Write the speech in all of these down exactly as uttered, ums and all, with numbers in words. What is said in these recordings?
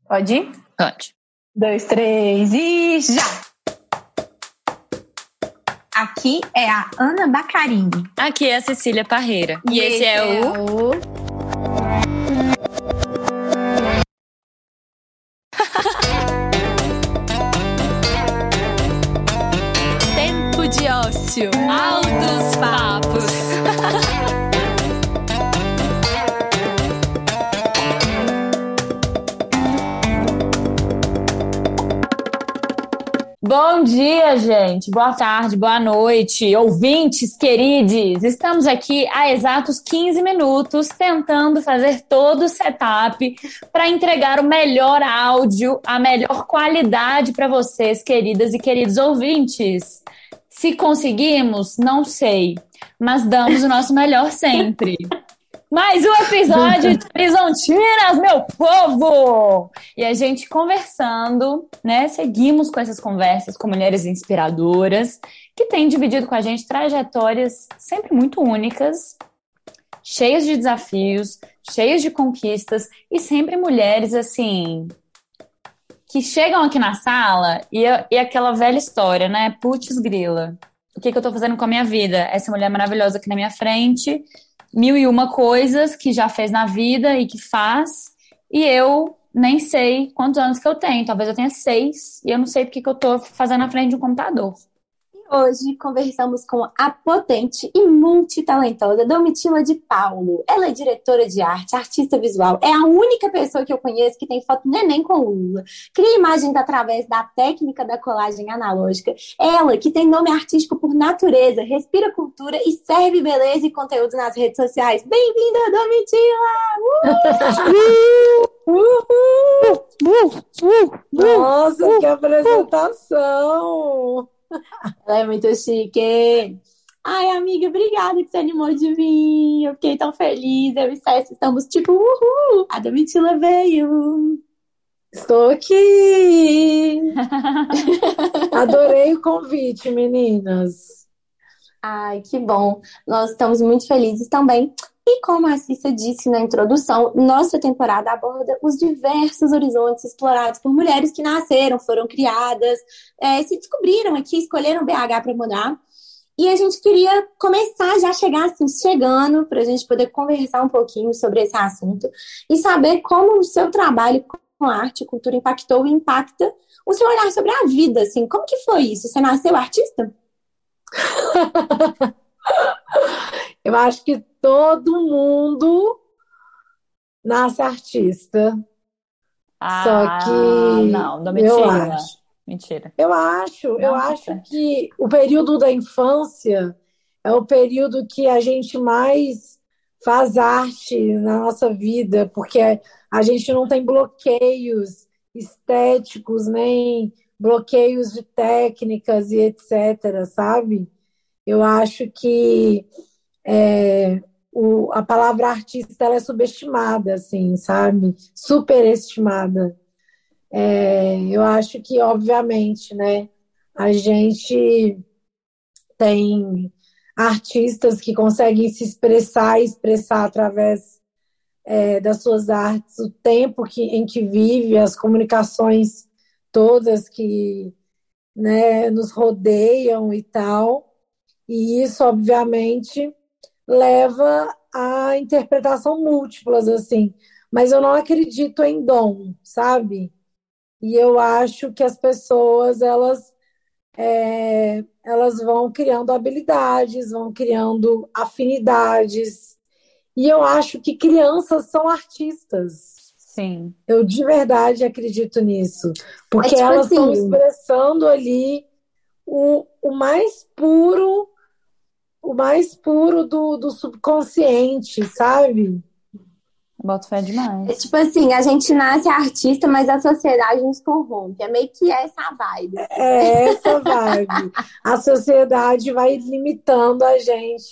Pode ir? Pode. Dois, três e já! Aqui é a Ana Bacarini. Aqui é a Cecília Parreira. E, e esse, esse é, é o... o... Tempo de ócio. Altos papos. Bom dia, gente. Boa tarde, boa noite, ouvintes queridos. Estamos aqui há exatos quinze minutos tentando fazer todo o setup para entregar o melhor áudio, a melhor qualidade para vocês, queridas e queridos ouvintes. Se conseguimos, não sei, mas damos o nosso melhor sempre. Mais um episódio de Horizontinas, meu povo! E a gente conversando, né? Seguimos com essas conversas com mulheres inspiradoras que têm dividido com a gente trajetórias sempre muito únicas, cheias de desafios, cheias de conquistas e sempre mulheres, assim, que chegam aqui na sala e, e aquela velha história, né? Putz grila, o que, que eu tô fazendo com a minha vida? Essa mulher maravilhosa aqui na minha frente... Mil e uma coisas que já fez na vida e que faz, e eu nem sei quantos anos que eu tenho. Talvez eu tenha seis, e eu não sei porque que eu tô fazendo na frente de um computador. E hoje conversamos com a potente e multitalentosa Domitila de Paulo. Ela é diretora de arte, artista visual. É a única pessoa que eu conheço que tem foto neném com Lula. Cria imagens através da técnica da colagem analógica. Ela, que tem nome artístico por natureza, respira cultura e serve beleza e conteúdos nas redes sociais. Bem-vinda, Domitila! Uh! Nossa, que apresentação! Ela é muito chique. Ai, amiga, obrigada que você animou de vir. Eu fiquei tão feliz. Eu e César estamos tipo, uhul! A Domitila veio. Estou aqui! Adorei o convite, meninas. Ai, que bom. Nós estamos muito felizes também. E como a Cissa disse na introdução, nossa temporada aborda os diversos horizontes explorados por mulheres que nasceram, foram criadas, é, se descobriram aqui, escolheram B H para morar. E a gente queria começar já a chegar assim, chegando, para a gente poder conversar um pouquinho sobre esse assunto e saber como o seu trabalho com arte e cultura impactou e impacta o seu olhar sobre a vida. Assim. Como que foi isso? Você nasceu artista? Eu acho que todo mundo nasce artista. Ah, Só que não, não mentira. Eu acho. Mentira. Eu acho, Não, eu acho que o período da infância é o período que a gente mais faz arte na nossa vida, porque a gente não tem bloqueios estéticos, nem bloqueios de técnicas e etcétera, sabe? Eu acho que é, o, a palavra artista ela é subestimada, assim, sabe? Superestimada. É, eu acho que, obviamente, né, a gente tem artistas que conseguem se expressar e expressar através é, das suas artes o tempo que, em que vive, as comunicações todas que, né, nos rodeiam e tal. E isso, obviamente, leva a interpretação múltiplas, assim. Mas eu não acredito em dom, sabe? E eu acho que as pessoas, elas, é, elas vão criando habilidades, vão criando afinidades. E eu acho que crianças são artistas. Sim. Eu de verdade acredito nisso. Porque é tipo elas estão assim, expressando ali o, o mais puro, o mais puro do, do subconsciente, sabe? Boto fé demais. É tipo assim, a gente nasce artista, mas a sociedade nos corrompe. É meio que essa vibe. Assim. É essa vibe. A sociedade vai limitando a gente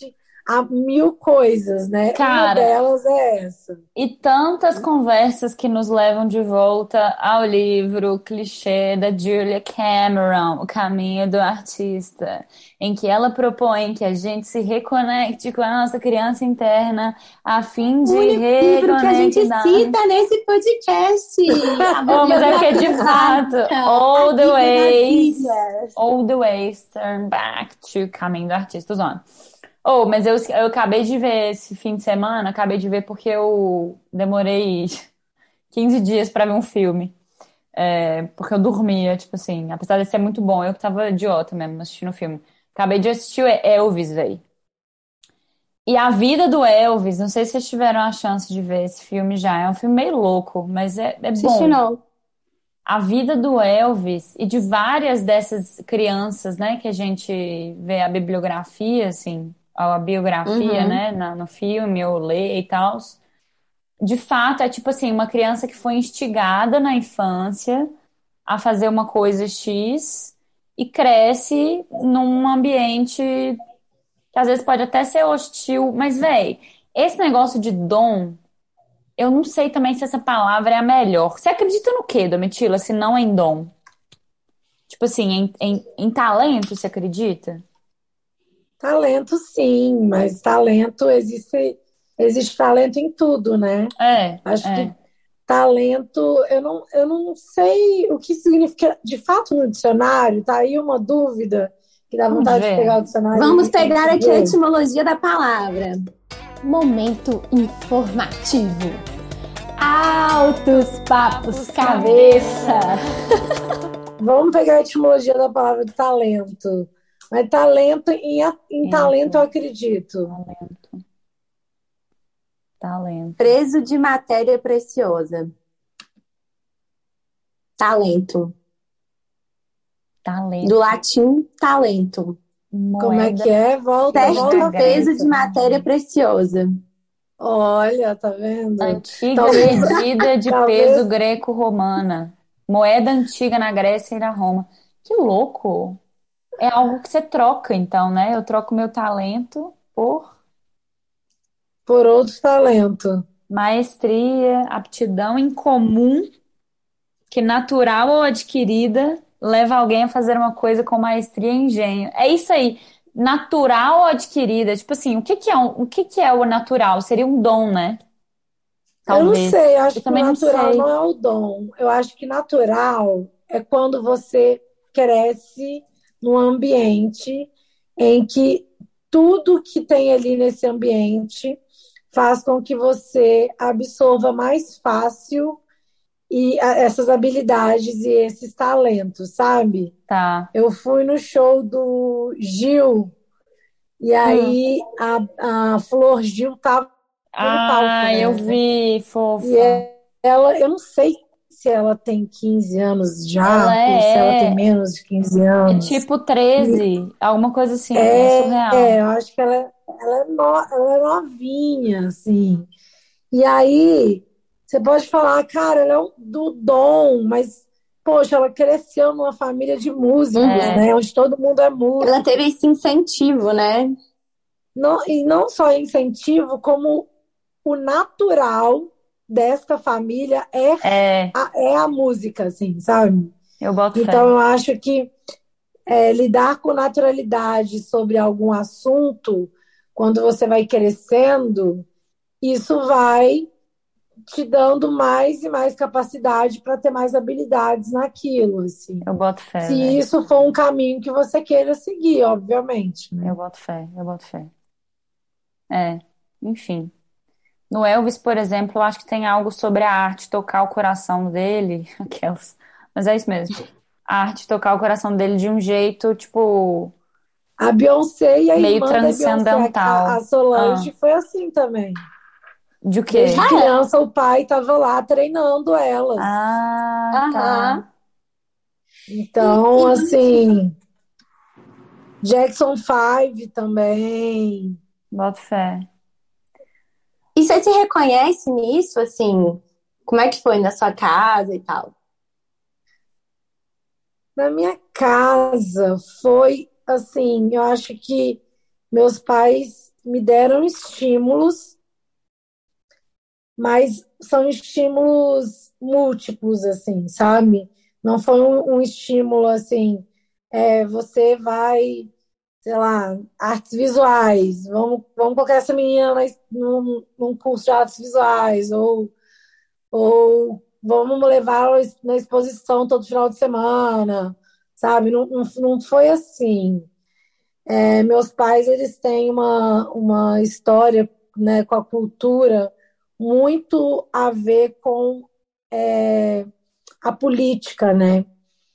a mil coisas, né? Uma Cara, delas é essa. e tantas conversas que nos levam de volta ao livro clichê da Julia Cameron, O Caminho do Artista, em que ela propõe que a gente se reconecte com a nossa criança interna a fim O de único livro que a gente reconectar. cita nesse podcast. A Oh, mas é porque de bibliografia fato, básica, all a the Bíblia das ways, Bíblias. all the ways turn back to Caminho do Artista. Zona. Oh, mas eu, eu acabei de ver esse fim de semana, acabei de ver porque eu demorei quinze dias pra ver um filme. É, porque eu dormia, tipo assim, apesar de ser muito bom, eu tava idiota mesmo assistindo o filme. Acabei de assistir o Elvis, velho. E a vida do Elvis, não sei se vocês tiveram a chance de ver esse filme já. É um filme meio louco, mas é, é Assisti bom. não. A vida do Elvis e de várias dessas crianças, né, que a gente vê a bibliografia, assim, a biografia, Uhum. né, na- no filme, ou lê e tal. De fato, é tipo assim, uma criança que foi instigada na infância a fazer uma coisa X e cresce num ambiente que às vezes pode até ser hostil, mas, véi, esse negócio de dom, eu não sei também se essa palavra é a melhor. Você acredita no quê, Domitila, se não em dom? Tipo assim, em, em, em talento, você acredita? Talento, sim, mas talento existe, existe talento em tudo, né? É, Acho que é. talento, eu não, eu não sei o que significa de fato no dicionário, tá aí uma dúvida que dá Vamos vontade de ver. pegar o dicionário Vamos e, pegar e aqui a ver. etimologia da palavra. Momento informativo. Altos papos cabeça. Vamos pegar a etimologia da palavra talento. Mas talento, em, em talento eu acredito. Talento. Talento. Preso de matéria preciosa. Talento. Talento. Do latim, talento. Como é que Moeda é? Volta, antiga volta na Certo a peso Grécia. de matéria preciosa. Olha, tá vendo? Antiga Talvez, medida de peso talvez, greco-romana. Moeda antiga na Grécia e na Roma. Que louco! É algo que você troca, então, né? Eu troco meu talento por por outro talento. maestria, aptidão em comum, que natural ou adquirida leva alguém a fazer uma coisa com maestria e engenho. É isso aí. Natural ou adquirida? Tipo assim, o que que é, um- o que que é o natural? Seria um dom, né? Eu não Talvez. sei, Eu acho que o também não natural não sei. é o dom. Eu acho que natural é quando você cresce num ambiente em que tudo que tem ali nesse ambiente faz com que você absorva mais fácil e a- essas habilidades e esses talentos, sabe? Tá. Eu fui no show do Gil e Hum. aí a, a Flor Gil tava no palco, Ah, eu né? vi, E fofa. ela, eu não sei se ela tem quinze anos Ela já ou se ela tem é, menos de quinze é anos. tipo E treze, alguma coisa assim, é é, surreal. é, eu acho que ela, ela, é no, ela é novinha, assim. E aí, você pode falar, cara, ela é um, do dom, mas, poxa, ela cresceu numa família de músicos, É, Uhum. né? Onde todo mundo é Ela músico. teve esse incentivo, né? Não, e não só incentivo, como o natural desta família é é, a, é a música, assim, sabe? eu boto Então, fé. eu acho que é, lidar com naturalidade sobre algum assunto, quando você vai crescendo, isso vai te dando mais e mais capacidade para ter mais habilidades naquilo, assim. Eu boto fé, Se velho. isso for um caminho que você queira seguir, obviamente, Eu né? boto fé, eu boto fé. É, enfim. No Elvis, por exemplo, eu acho que tem algo sobre a arte tocar o coração dele, aquelas. Mas é isso mesmo. A arte tocar o coração dele de um jeito, tipo, A Beyoncé e a meio irmã da Beyoncé, a, a transcendental. Solange, Ah, foi assim também. de o Desde quê? Ah, é? criança, o pai estava lá treinando elas. Ah, Aham. tá. E, Então, e, assim, Jackson Five também. Boto fé. e você se reconhece nisso, assim? Como é que foi na sua casa e tal? Na minha casa foi assim, eu acho que meus pais me deram estímulos, mas são estímulos múltiplos, assim, sabe? Não foi um, um estímulo assim, é, você vai, sei lá, artes visuais, vamos, vamos colocar essa menina na- num, num curso de artes visuais, ou, ou vamos levar na exposição todo final de semana, sabe? Não, não, não foi assim. É, meus pais, eles têm uma, uma história, né, com a cultura muito a ver com é, a política, né?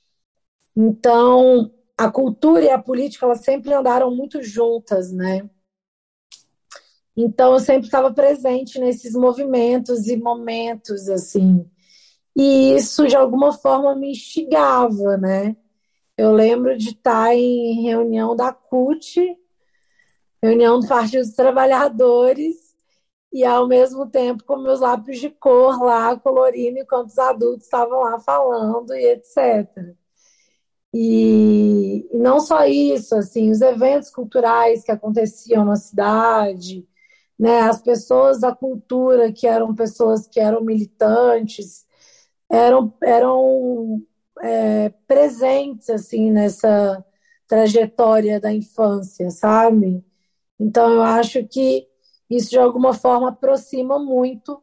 Então, a cultura e a política, elas sempre andaram muito juntas, né? Então, eu sempre estava presente nesses movimentos e momentos, assim. E isso, de alguma forma, me instigava, né? Eu lembro de estar em reunião da C U T, reunião do Partido dos Trabalhadores, e ao mesmo tempo com meus lápis de cor lá, colorindo, enquanto os adultos estavam lá falando e etcétera. E, e não só isso, assim, os eventos culturais que aconteciam na cidade, né, as pessoas da cultura que eram pessoas que eram militantes, eram, eram é, presentes, assim, nessa trajetória da infância, sabe? Então, eu acho que isso, de alguma forma, aproxima muito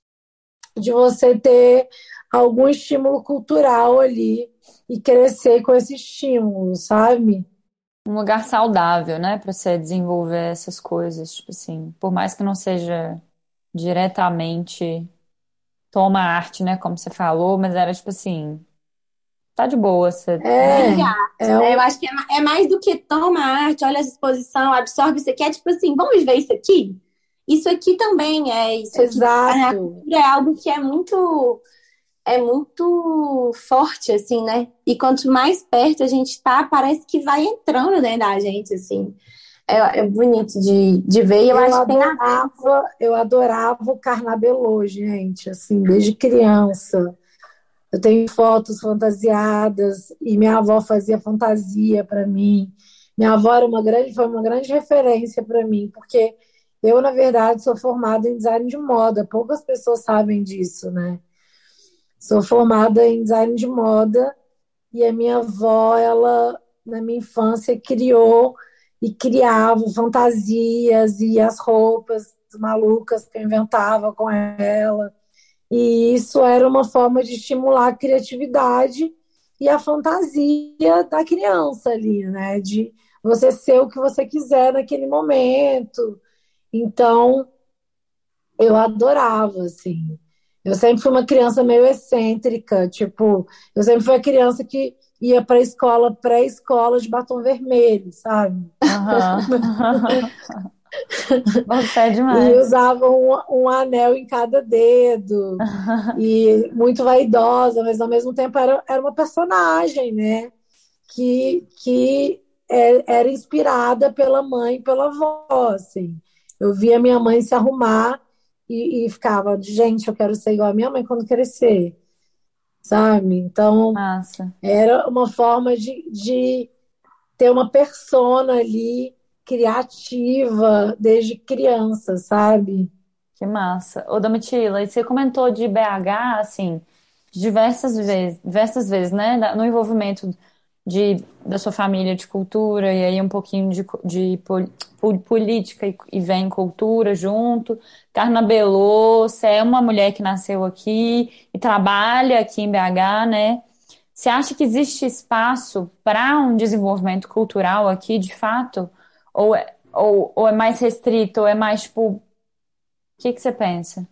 de você ter algum estímulo cultural ali e crescer com esse estímulo, sabe? Um lugar saudável, né, para você desenvolver essas coisas, tipo assim, por mais que não seja diretamente toma arte, né, como você falou, mas era tipo assim, tá de boa, você. É, Vive arte, é né? um, Eu acho que é, ma- é mais do que toma arte, olha essa exposição, absorve isso aqui. É tipo assim, vamos ver isso aqui? Isso aqui também é, isso aqui, a exato. cultura é algo que é muito, é muito forte, assim, né? E quanto mais perto a gente tá, parece que vai entrando dentro da gente, assim. É, é bonito de, de ver e eu Eu acho que tem a ver. adorava, eu adorava o Carnabelô, gente, assim, desde criança. Eu tenho fotos fantasiadas e minha avó fazia fantasia para mim. Minha avó era uma grande, foi uma grande referência para mim, porque eu, na verdade, sou formada em design de moda. Poucas pessoas sabem disso, né? Sou formada em design de moda e a minha avó, ela, na minha infância, criou e criava fantasias e as roupas malucas que eu inventava com ela. E isso era uma forma de estimular a criatividade e a fantasia da criança ali, né? De você ser o que você quiser naquele momento. Então, eu adorava, assim. Eu sempre fui uma criança meio excêntrica, tipo, eu sempre fui a criança que ia para a escola, pré-escola de batom vermelho, sabe? Aham. Bota fé E demais. usava um, um anel em cada dedo, e muito vaidosa, mas ao mesmo tempo era, era uma personagem, né? Que, que é- era inspirada pela mãe e pela avó, assim. Eu via minha mãe se arrumar e, e ficava, gente, eu quero ser igual a minha mãe quando crescer, sabe? Então, Massa. era uma forma de, de ter uma persona ali criativa desde criança, sabe? Que massa. Ô, Domitila, e você comentou de B H, assim, diversas vezes, diversas vezes, né? da- No envolvimento de, da sua família de cultura, e aí um pouquinho de, co- de pol- pol- política e, e vem cultura junto. Carnabelô, você é uma mulher que nasceu aqui e trabalha aqui em B H, né? Você acha que existe espaço para um desenvolvimento cultural aqui, de fato? Ou é, ou, ou é mais restrito, ou é mais, tipo, o que que você pensa?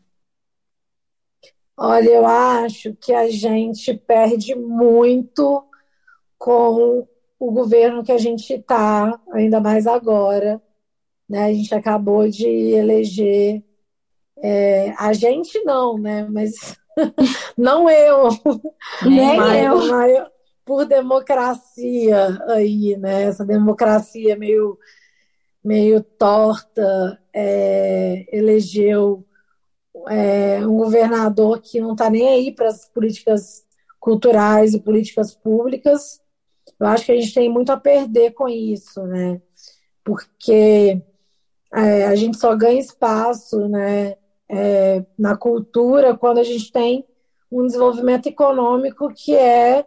Olha, eu acho que a gente perde muito com o governo que a gente está, ainda mais agora, né? A gente acabou de eleger, é, a gente não, né? Mas não eu, Nem Nem mas eu. eu. a maior- por democracia aí, né? Essa democracia meio, meio torta, é, elegeu é, um governador que não está nem aí para as políticas culturais e políticas públicas. Eu acho que a gente tem muito a perder com isso, né? Porque É, a gente só ganha espaço, né, é, na cultura quando a gente tem um desenvolvimento econômico que é,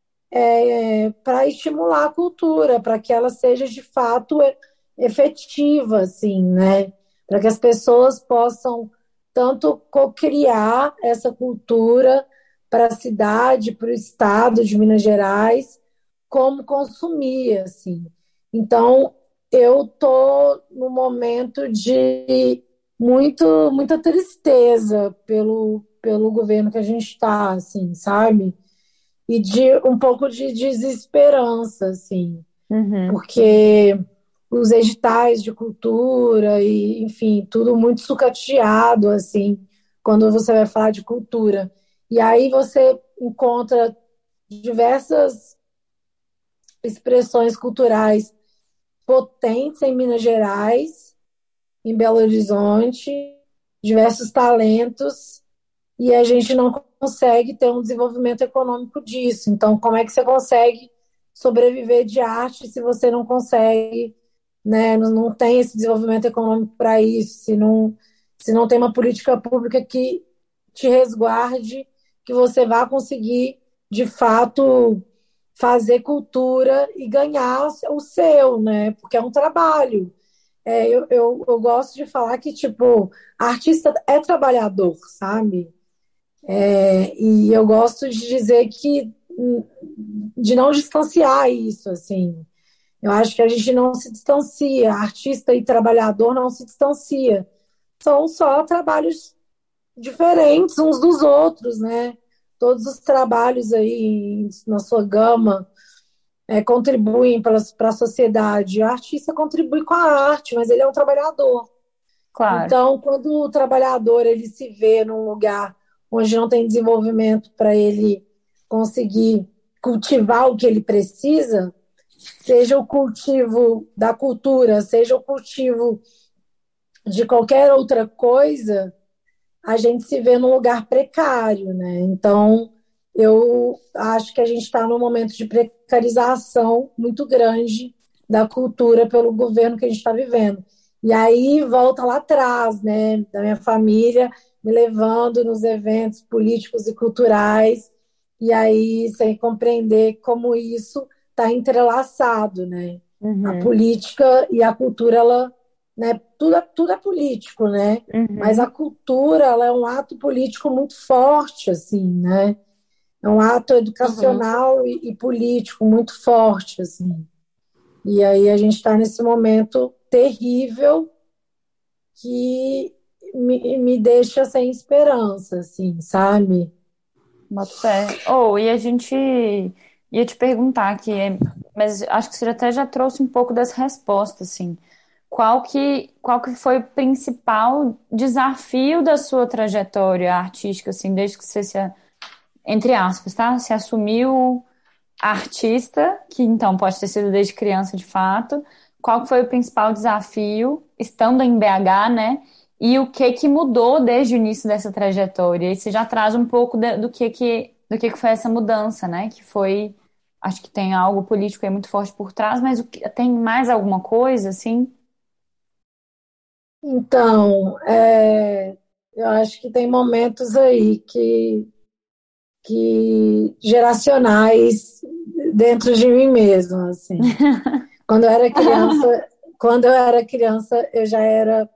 é para estimular a cultura, para que ela seja de fato e- efetiva, assim, né? Para que as pessoas possam tanto co-criar essa cultura para a cidade, para o estado de Minas Gerais, como consumir, assim. Então, eu tô no momento de muito, muita tristeza pelo, pelo governo que a gente está, assim, sabe? E de um pouco de desesperança, assim, Uhum. porque os editais de cultura e, enfim, tudo muito sucateado, assim, quando você vai falar de cultura. E aí você encontra diversas expressões culturais potentes em Minas Gerais, em Belo Horizonte, diversos talentos, e a gente não consegue ter um desenvolvimento econômico disso. Então, como é que você consegue sobreviver de arte se você não consegue, né, não, não tem esse desenvolvimento econômico para isso, se não, se não tem uma política pública que te resguarde, que você vá conseguir, de fato, fazer cultura e ganhar o seu, né? Porque é um trabalho. É, eu, eu, eu gosto de falar que, tipo, artista é trabalhador, sabe? É, e eu gosto de dizer que de não distanciar isso, assim. Eu acho que a gente não se distancia, artista e trabalhador não se distancia. São só trabalhos diferentes uns dos outros, né? Todos os trabalhos aí na sua gama é, contribuem para a sociedade. O artista contribui com a arte, mas ele é um trabalhador. Claro. Então, quando o trabalhador ele se vê num lugar onde não tem desenvolvimento para ele conseguir cultivar o que ele precisa, seja o cultivo da cultura, seja o cultivo de qualquer outra coisa, a gente se vê num lugar precário, né? Então, eu acho que a gente está num momento de precarização muito grande da cultura pelo governo que a gente está vivendo. E aí volta lá atrás, né? Da minha família me levando nos eventos políticos e culturais, e aí sem compreender como isso está entrelaçado, né? A Uhum. política e a cultura, ela, né? Tudo, é- tudo é político, né? Mas a Uhum. cultura, ela é um ato político muito forte, assim, né? É um ato Uhum. educacional e, e político muito forte, assim. E aí a gente está nesse momento terrível que me, me deixa sem esperança, assim, sabe? Boto fé. Oh, e a gente ia te perguntar aqui, é, mas acho que você até já trouxe um pouco dessa resposta, assim. Qual que, qual que foi o principal desafio da sua trajetória artística, assim, desde que você se, entre aspas, tá? Se assumiu artista, que então pode ter sido desde criança de fato. Qual que foi o principal desafio, estando em B H, né? E o que que mudou desde o início dessa trajetória? E você já traz um pouco de- do que que, do que que foi essa mudança, né? Que foi, acho que tem algo político aí muito forte por trás, mas o que- tem mais alguma coisa, assim? Então, é, eu acho que tem momentos aí que, que geracionais dentro de mim mesma, assim. Quando eu era criança, quando eu era criança, eu já era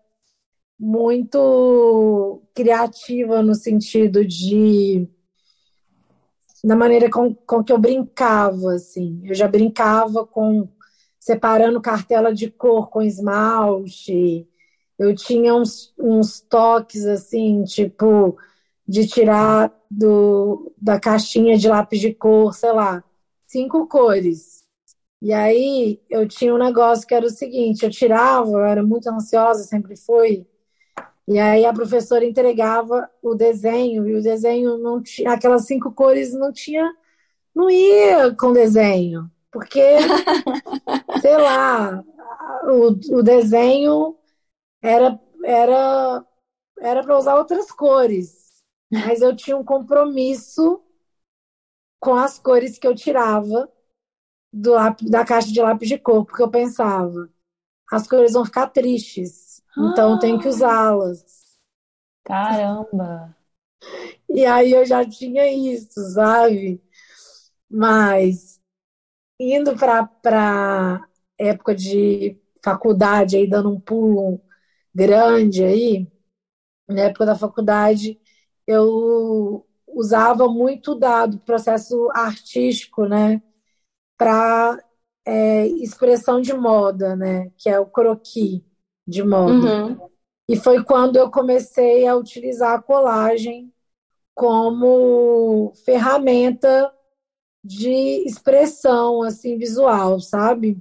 muito criativa no sentido de da maneira com, com que eu brincava, assim. Eu já brincava com separando cartela de cor com esmalte. Eu tinha uns, uns toques assim, tipo de tirar do, da caixinha de lápis de cor, sei lá, cinco cores. E aí eu tinha um negócio que era o seguinte, eu tirava, eu era muito ansiosa, sempre fui, e aí a professora entregava o desenho, e o desenho não tinha, aquelas cinco cores não tinha, não ia com desenho, porque, sei lá, o, o desenho era era era para usar outras cores, mas eu tinha um compromisso com as cores que eu tirava do lápis, da caixa de lápis de cor, porque eu pensava, as cores vão ficar tristes então eu tenho que usá-las. Caramba! E aí eu já tinha isso, sabe? Mas indo para para época de faculdade, aí dando um pulo grande aí, na época da faculdade, eu usava muito da, do processo artístico, né, para é, expressão de moda, né, que é o croquis de moda. Uhum. E foi quando eu comecei a utilizar a colagem como ferramenta de expressão assim visual, sabe?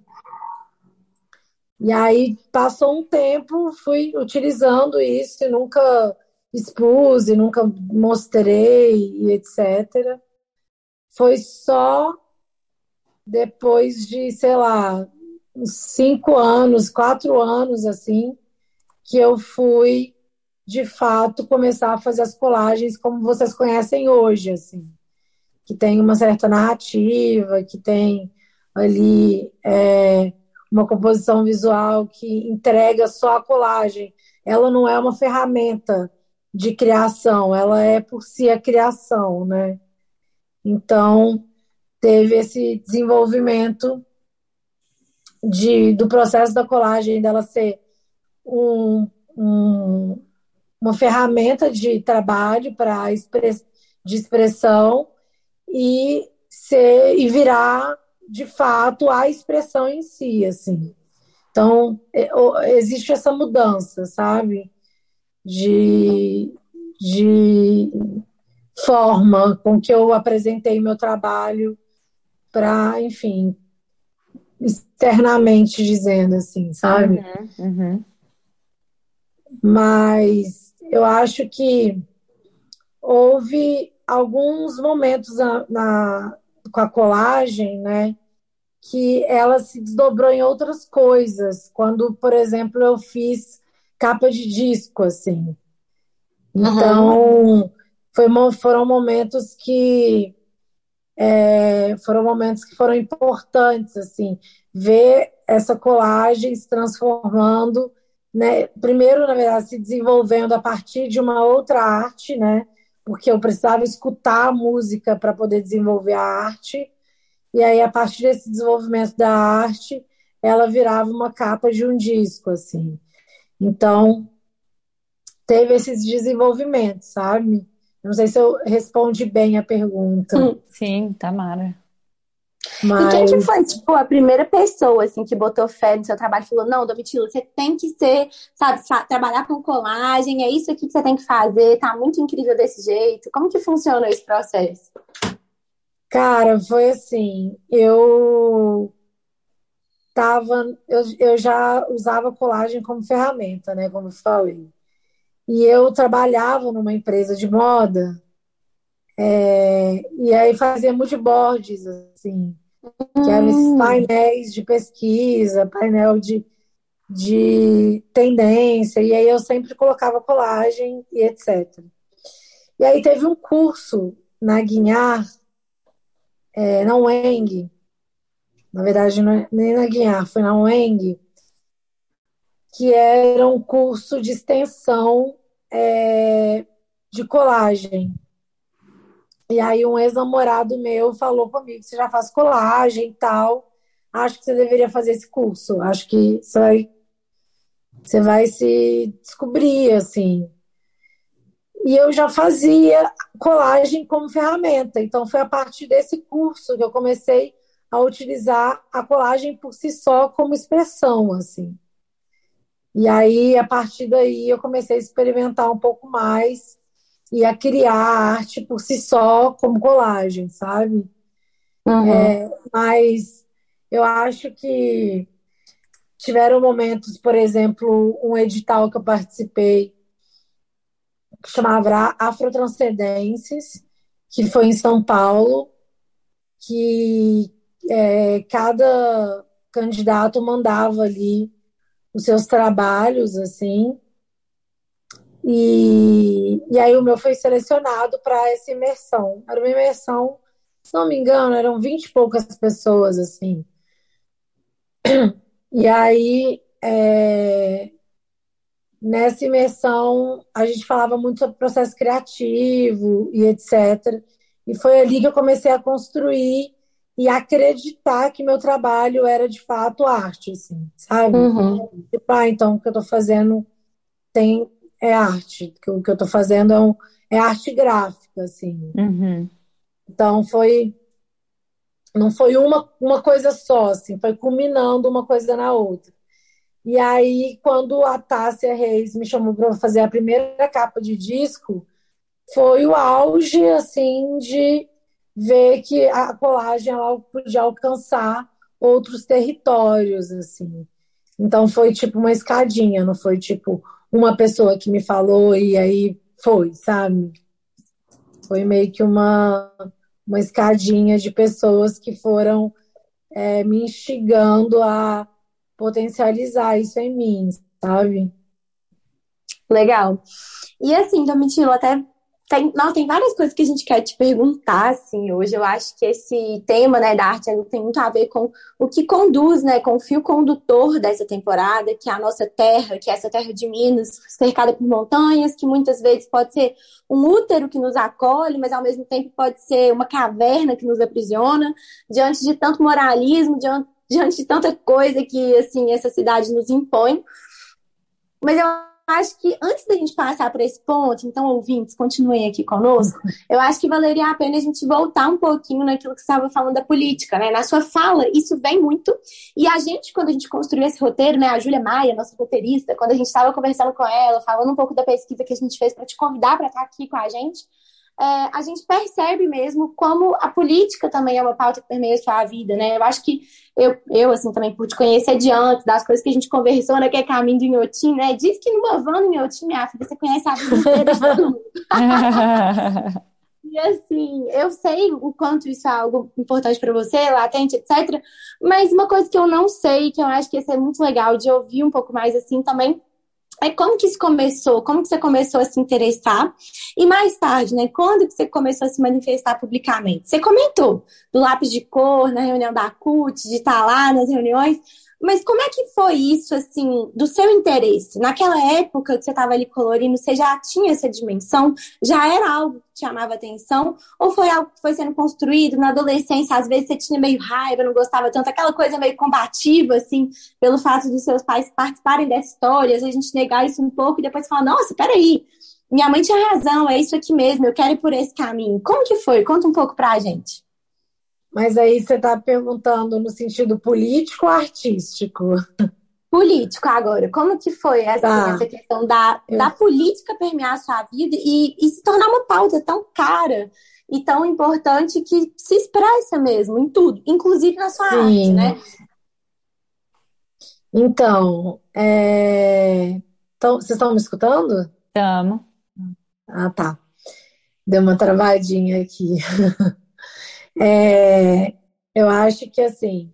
E aí passou um tempo, fui utilizando isso e nunca expus, e nunca mostrei, e etcétera. Foi só depois de, sei lá, uns cinco anos, quatro anos assim, que eu fui de fato começar a fazer as colagens como vocês conhecem hoje, assim, que tem uma certa narrativa, que tem ali é, uma composição visual que entrega só a colagem. Ela não é uma ferramenta de criação, ela é por si a criação, né? Então, teve esse desenvolvimento de, do processo da colagem, dela ser um, um, uma ferramenta de trabalho para express, de expressão e ser e virar de fato a expressão em si, assim. Então, é, existe essa mudança, sabe? De, de forma com que eu apresentei meu trabalho para, enfim, externamente dizendo, assim, sabe? Uhum, uhum. Mas eu acho que houve alguns momentos na, na, com a colagem, né, que ela se desdobrou em outras coisas. Quando, por exemplo, eu fiz capa de disco, assim. Uhum. Então, foi, foram momentos que é, foram momentos que foram importantes, assim, ver essa colagem se transformando, né? Primeiro, na verdade, se desenvolvendo a partir de uma outra arte, né? Porque eu precisava escutar a música para poder desenvolver a arte. E aí, a partir desse desenvolvimento da arte, ela virava uma capa de um disco, assim. Então, teve esses desenvolvimentos, sabe? Não sei se eu respondi bem a pergunta, Hum. Sim, Tamara. E quem que foi, mas tipo, a primeira pessoa, assim, que botou fé no seu trabalho e falou, não, Domitila, você tem que ser, sabe, trabalhar com colagem, é isso aqui que você tem que fazer, tá muito incrível desse jeito. Como que funciona esse processo? cara, foi assim, eu tava, eu, eu já usava colagem como ferramenta, né, como eu falei. E eu trabalhava numa empresa de moda, é, e aí fazia moodboards, assim, que eram esses Hum, painéis de pesquisa, painel de, de tendência, e aí eu sempre colocava colagem e etcétera. E aí teve um curso na Guinhar, é, na U E N G, na verdade, não é nem na Guiar, foi na U E N G, que era um curso de extensão é, de colagem. E aí um ex-namorado meu falou comigo, você já faz colagem e tal, acho que você deveria fazer esse curso, acho que você vai, você vai se descobrir, assim. E eu já fazia colagem como ferramenta, então foi a partir desse curso que eu comecei a utilizar a colagem por si só como expressão, assim. E aí, a partir daí, eu comecei a experimentar um pouco mais e a criar arte por si só, como colagem, sabe? uhum. Mas eu acho que tiveram momentos, por exemplo, um edital que eu participei, que chamava Afrotranscendências, que foi em São Paulo, que é, cada candidato mandava ali os seus trabalhos, assim. E, e aí o meu foi selecionado para essa imersão. Era uma imersão, se não me engano, eram vinte e poucas pessoas, assim. E aí é, nessa imersão a gente falava muito sobre processo criativo e etcétera. E foi ali que eu comecei a construir e acreditar que meu trabalho era de fato arte, assim, sabe? Uhum. Tipo, ah, então o que eu estou fazendo tem é arte, que o que eu estou fazendo é, um, é arte gráfica, assim. Uhum. Então foi não foi uma, uma coisa só, assim, foi culminando uma coisa na outra. E aí, quando a Tássia Reis me chamou para fazer a primeira capa de disco, foi o auge, assim, de ver que a colagem ela podia alcançar outros territórios, assim. Então foi tipo uma escadinha, não foi tipo uma pessoa que me falou e aí foi, sabe? Foi meio que uma, uma escadinha de pessoas que foram é, me instigando a potencializar isso em mim, sabe? Legal. E assim, Domitila, até tem, não, tem várias coisas que a gente quer te perguntar, assim, hoje. Eu acho que esse tema, né, da arte ele tem muito a ver com o que conduz, né, com o fio condutor dessa temporada, que é a nossa terra, que é essa terra de Minas, cercada por montanhas, que muitas vezes pode ser um útero que nos acolhe, mas ao mesmo tempo pode ser uma caverna que nos aprisiona, diante de tanto moralismo, diante, diante de tanta coisa que, assim, essa cidade nos impõe. Mas eu acho que antes da gente passar por esse ponto, então, ouvintes, continuem aqui conosco, eu acho que valeria a pena a gente voltar um pouquinho naquilo que você estava falando da política, né? Na sua fala, isso vem muito. E a gente, quando a gente construiu esse roteiro, né? A Júlia Maia, nossa roteirista, quando a gente estava conversando com ela, falando um pouco da pesquisa que a gente fez para te convidar para estar aqui com a gente, é, a gente percebe mesmo como a política também é uma pauta que permeia a sua vida, né? Eu acho que eu, eu assim, também pude conhecer diante das coisas que a gente conversou naquele caminho do Inhotim, né? Diz que numa van do Inhotim, minha filha, você conhece a vida inteira de todo mundo. E assim, eu sei o quanto isso é algo importante para você, latente, etcétera. Mas uma coisa que eu não sei, que eu acho que ia ser muito legal de ouvir um pouco mais assim também, é como que isso começou? Como que você começou a se interessar? E mais tarde, né? Quando que você começou a se manifestar publicamente? Você comentou do lápis de cor na reunião da C U T, de estar lá nas reuniões, mas como é que foi isso, assim, do seu interesse? Naquela época que você estava ali colorindo, você já tinha essa dimensão? Já era algo que te chamava atenção? Ou foi algo que foi sendo construído na adolescência? Às vezes você tinha meio raiva, não gostava tanto, aquela coisa meio combativa, assim, pelo fato dos seus pais participarem dessa história, às vezes a gente negar isso um pouco e depois falar, nossa, peraí, minha mãe tinha razão, é isso aqui mesmo, eu quero ir por esse caminho. Como que foi? Conta um pouco pra gente. Mas aí você está perguntando no sentido político ou artístico? Político agora, como que foi assim, Tá. essa questão da, Eu- da política permear a sua vida e, e se tornar uma pauta tão cara e tão importante que se expressa mesmo em tudo, inclusive na sua arte, Sim. né? Então, é... então, vocês estão me escutando? Tamo. Ah, tá. Deu uma travadinha aqui. É, eu acho que assim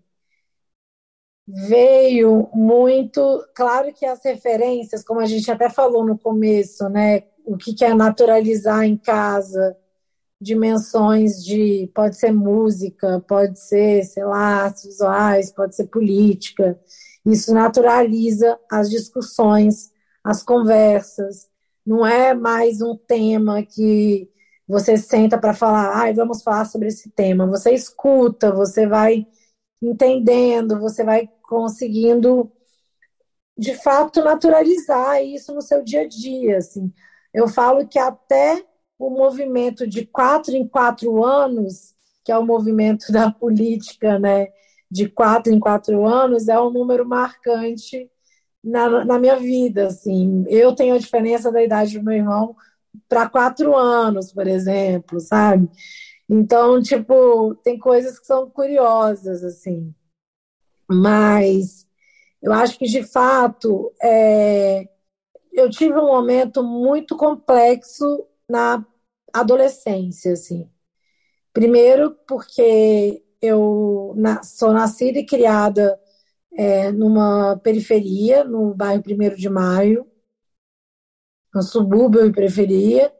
veio muito, claro que as referências, como a gente até falou no começo, né? O que que é naturalizar em casa, dimensões de, pode ser música, pode ser, sei lá, artes visuais, pode ser política. Isso naturaliza as discussões, as conversas. Não é mais um tema que você senta para falar, ah, vamos falar sobre esse tema. Você escuta, você vai entendendo, você vai conseguindo, de fato, naturalizar isso no seu dia a dia. Assim. Eu falo que até o movimento de quatro em quatro anos, que é o movimento da política, né, de quatro em quatro anos, é um número marcante na, na minha vida. Assim. Eu tenho a diferença da idade do meu irmão para quatro anos, por exemplo, sabe? Então, tipo, tem coisas que são curiosas, assim. Mas eu acho que, de fato, é, eu tive um momento muito complexo na adolescência, assim. Primeiro, porque eu na- sou nascida e criada é, numa periferia, no bairro Primeiro de Maio, no subúrbio e periferia,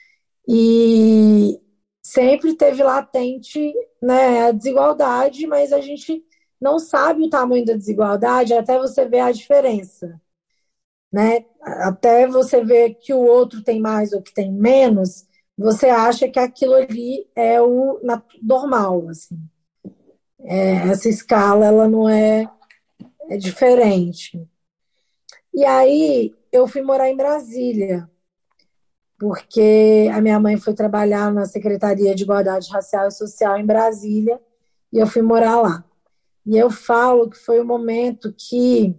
e sempre teve latente, né, a desigualdade, mas a gente não sabe o tamanho da desigualdade até você ver a diferença. né? Até você ver que o outro tem mais ou que tem menos, você acha que aquilo ali é o normal, assim. É, essa escala, ela não é, é diferente. E aí, eu fui morar em Brasília, porque a minha mãe foi trabalhar na Secretaria de Igualdade Racial e Social em Brasília, e eu fui morar lá. E eu falo que foi o momento que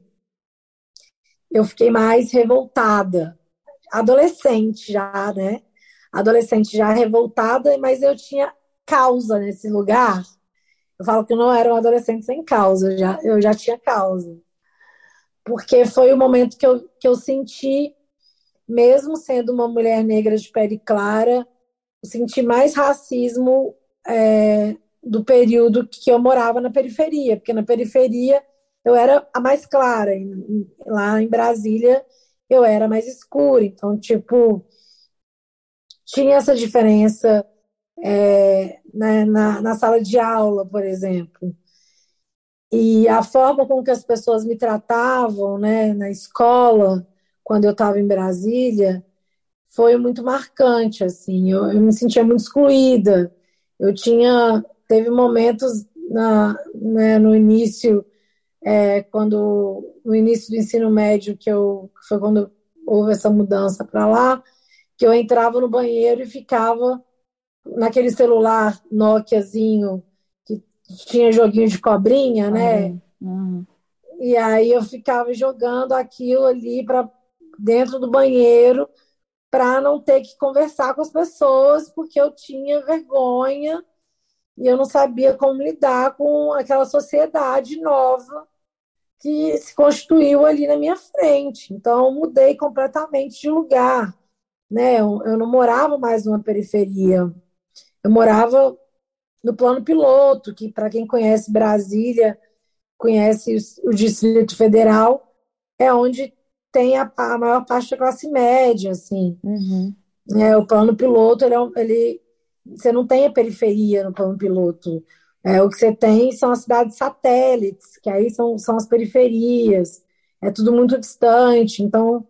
eu fiquei mais revoltada. Adolescente já, né? Adolescente já revoltada, mas eu tinha causa nesse lugar. Eu falo que eu não era um adolescente sem causa, eu já, eu já tinha causa. Porque foi o momento que eu, que eu senti, mesmo sendo uma mulher negra de pele clara, eu senti mais racismo é, do período que eu morava na periferia, porque na periferia eu era a mais clara, lá em Brasília eu era mais escura, então, tipo, tinha essa diferença é, na, na, na sala de aula, por exemplo. E a forma com que as pessoas me tratavam, né, na escola, quando eu estava em Brasília, foi muito marcante, assim. Eu, eu me sentia muito excluída. Eu tinha, teve momentos na, né, no início, é, quando no início do ensino médio, que eu que foi quando houve essa mudança para lá, que eu entrava no banheiro e ficava naquele celular Nokiazinho que tinha joguinho de cobrinha, né? Uhum. E aí eu ficava jogando aquilo ali para dentro do banheiro para não ter que conversar com as pessoas, porque eu tinha vergonha e eu não sabia como lidar com aquela sociedade nova que se constituiu ali na minha frente. Então, eu mudei completamente de lugar, né? Eu, eu não morava mais numa periferia, eu morava no plano piloto, que para quem conhece Brasília, conhece o, o Distrito Federal, é onde tem a, a maior parte da classe média, assim. Uhum. É, o plano piloto, ele, é um- ele, você não tem a periferia no plano piloto. É, o que você tem são as cidades satélites, que aí são, são as periferias. É tudo muito distante. Então,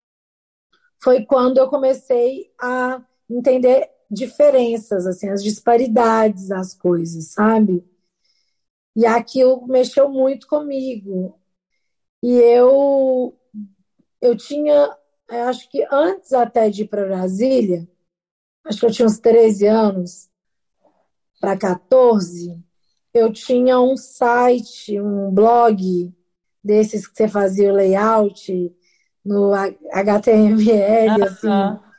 foi quando eu comecei a entender diferenças, assim, as disparidades das coisas, sabe? E aquilo mexeu muito comigo. E eu, eu tinha, eu acho que antes até de ir para Brasília, acho que eu tinha uns treze anos para quatorze, eu tinha um site, um blog desses que você fazia o layout no H T M L, assim, Aham.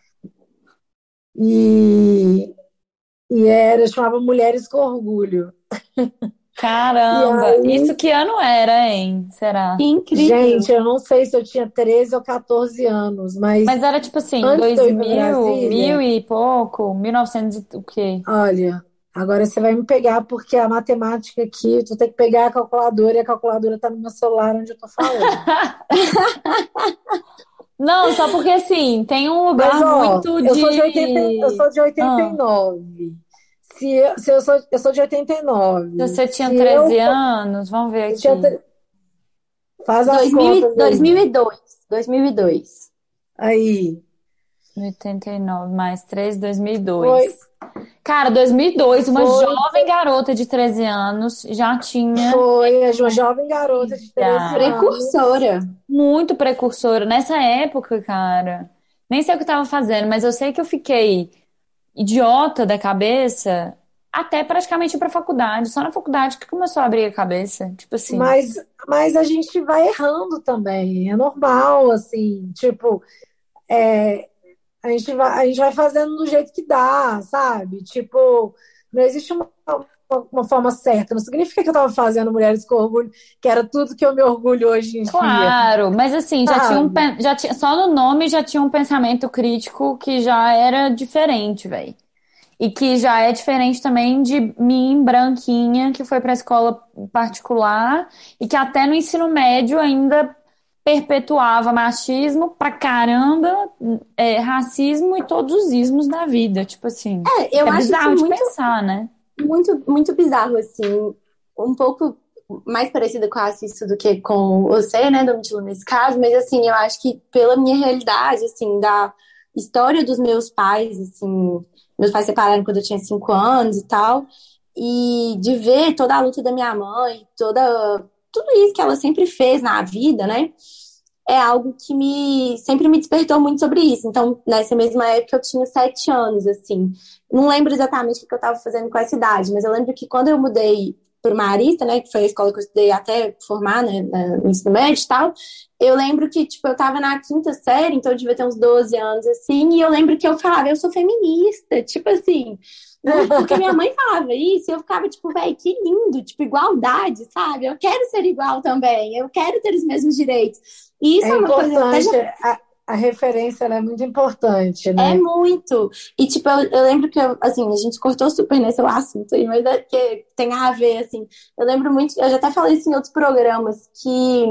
e, e era, chamava Mulheres com Orgulho. E Caramba! Isso aí, que ano era, hein? Será? Que incrível. gente, eu não sei se eu tinha treze ou quatorze anos, Mas mas era tipo assim, antes de eu dois ir para mil, mil Brasília, e pouco, mil e novecentos e o quê? olha, agora você vai me pegar porque a matemática aqui, tu tem que pegar a calculadora e a calculadora está no meu celular onde eu tô falando. Não, só porque assim, tem um Mas, lugar ó, muito eu sou de oitenta, eu de. sou de oitenta e Ah, nove. Se eu, se eu sou, eu sou de oitenta e se nove. você tinha Se treze eu, anos, vamos ver eu tinha, aqui. faz as dois mil e- contas aí. dois mil e dois. dois mil e dois. Aí, oitenta e nove mais três, foi, dois mil e dois. Cara, dois mil e dois, uma foi, jovem garota de treze anos já tinha foi uma jovem garota de treze já anos. Precursora. muito precursora. Nessa época, cara, nem sei o que eu tava fazendo, mas eu sei que eu fiquei idiota da cabeça até praticamente ir pra faculdade. Só na faculdade que começou a abrir a cabeça. Tipo assim. Mas, mas a gente vai errando também, é normal, assim, tipo, é, a gente vai, a gente vai fazendo do jeito que dá, sabe? Tipo, não existe uma, uma, uma forma certa. Não significa que eu estava fazendo Mulheres com Orgulho, que era tudo que eu me orgulho hoje em dia, Claro, mas assim, já tinha um, sabe? pen- já tinha, só no nome já tinha um pensamento crítico que já era diferente, velho. E que já é diferente também de mim, branquinha, que foi pra escola particular e que até no ensino médio ainda perpetuava machismo pra caramba, é, racismo e todos os ismos da vida. Tipo assim, É, eu é acho isso bizarro de muito, pensar, né? muito, muito bizarro, assim. Um pouco. mais parecida com a Cissa do que com você, né, Domitila, nesse caso, mas, assim, eu acho que pela minha realidade, assim, da história dos meus pais, assim, meus pais se separaram quando eu tinha cinco anos e tal, e de ver toda a luta da minha mãe, toda, tudo isso que ela sempre fez na vida, né, é algo que me sempre me despertou muito sobre isso. Então, nessa mesma época, eu tinha sete anos, assim. Não lembro exatamente o que eu estava fazendo com essa idade, mas eu lembro que quando eu mudei para Marista, né, que foi a escola que eu estudei até formar, né, no ensino médio e tal, eu lembro que, tipo, eu tava na quinta série, então eu devia ter uns doze anos, assim, e eu lembro que eu falava, eu sou feminista, tipo assim, porque minha mãe falava isso, e eu ficava, tipo, velho, que lindo, tipo, igualdade, sabe? Eu quero ser igual também, eu quero ter os mesmos direitos. E isso É é uma coisa, até já importante, a, a referência ela é muito importante, é né? muito. E, tipo, eu, eu lembro que, eu, assim, a gente cortou super nesse assunto aí, mas é que tem a ver, assim. Eu lembro muito, eu já até falei isso em outros programas, que,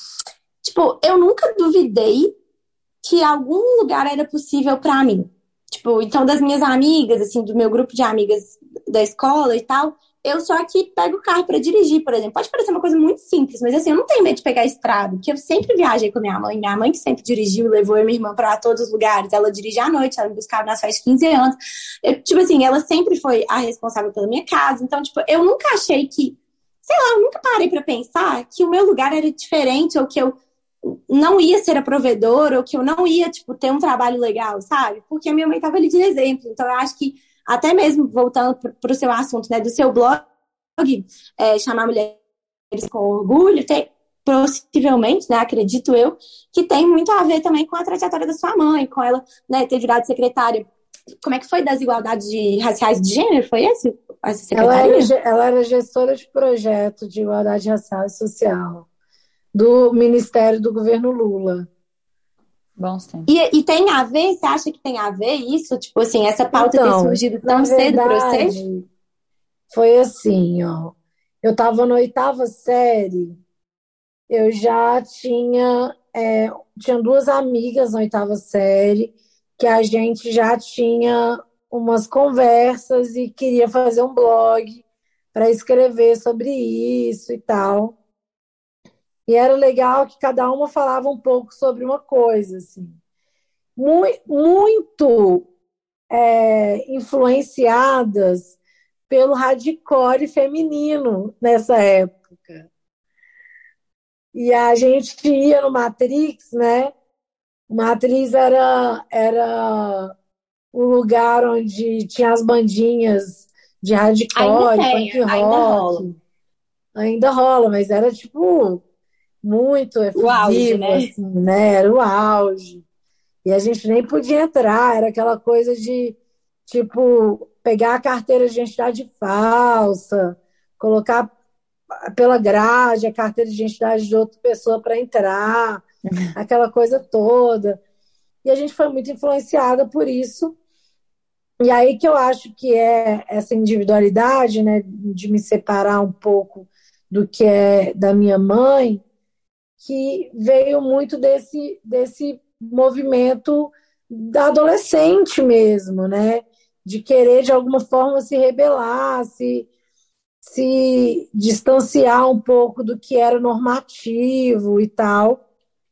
tipo, eu nunca duvidei que algum lugar era possível pra mim. Tipo, então, das minhas amigas, assim, do meu grupo de amigas da escola e tal, eu só que pego o carro pra dirigir, por exemplo. Pode parecer uma coisa muito simples, mas assim, eu não tenho medo de pegar a estrada, porque eu sempre viajei com minha mãe. Minha mãe que sempre dirigiu e levou eu e minha irmã pra todos os lugares. Ela dirige à noite, ela me buscava nas festas de quinze anos. Eu, tipo assim, ela sempre foi a responsável pela minha casa. Então, tipo, eu nunca achei que, sei lá, eu nunca parei pra pensar que o meu lugar era diferente ou que eu não ia ser a provedora ou que eu não ia, tipo, ter um trabalho legal, sabe? Porque a minha mãe estava ali de exemplo. Então, eu acho que, até mesmo voltando para o seu assunto, né, do seu blog, é, chamar mulheres com orgulho, tem, possivelmente, né, acredito eu, que tem muito a ver também com a trajetória da sua mãe, com ela, né, ter virado secretária. Como é que foi das igualdades de, raciais de gênero? Foi esse? Essa Ela era, secretaria? ela era gestora de projeto de igualdade racial e social do Ministério do Governo Lula. Bons tempos. E, e tem a ver? Você acha que tem a ver isso? Tipo assim, essa pauta ter Então, surgido na tão cedo para você? verdade, foi assim, ó. Eu estava na oitava série, eu já tinha, é, tinha duas amigas na oitava série, que a gente já tinha umas conversas e queria fazer um blog para escrever sobre isso e tal. E era legal que cada uma falava um pouco sobre uma coisa, assim. Muito, muito é, influenciadas pelo hardcore feminino nessa época. E a gente ia no Matrix, né? O Matrix era, era o lugar onde tinha as bandinhas de Ainda hardcore, tem, punk ainda rola. rock. Ainda rola, mas era tipo muito O auge, efusivo, né? assim, né? Era o auge. E a gente nem podia entrar, era aquela coisa de, tipo, pegar a carteira de identidade falsa, colocar pela grade a carteira de identidade de outra pessoa para entrar, aquela coisa toda. E a gente foi muito influenciada por isso. E aí que eu acho que é essa individualidade, né, de me separar um pouco do que é da minha mãe, que veio muito desse, desse movimento da adolescente mesmo, né? De querer, de alguma forma, se rebelar, se, se distanciar um pouco do que era normativo e tal.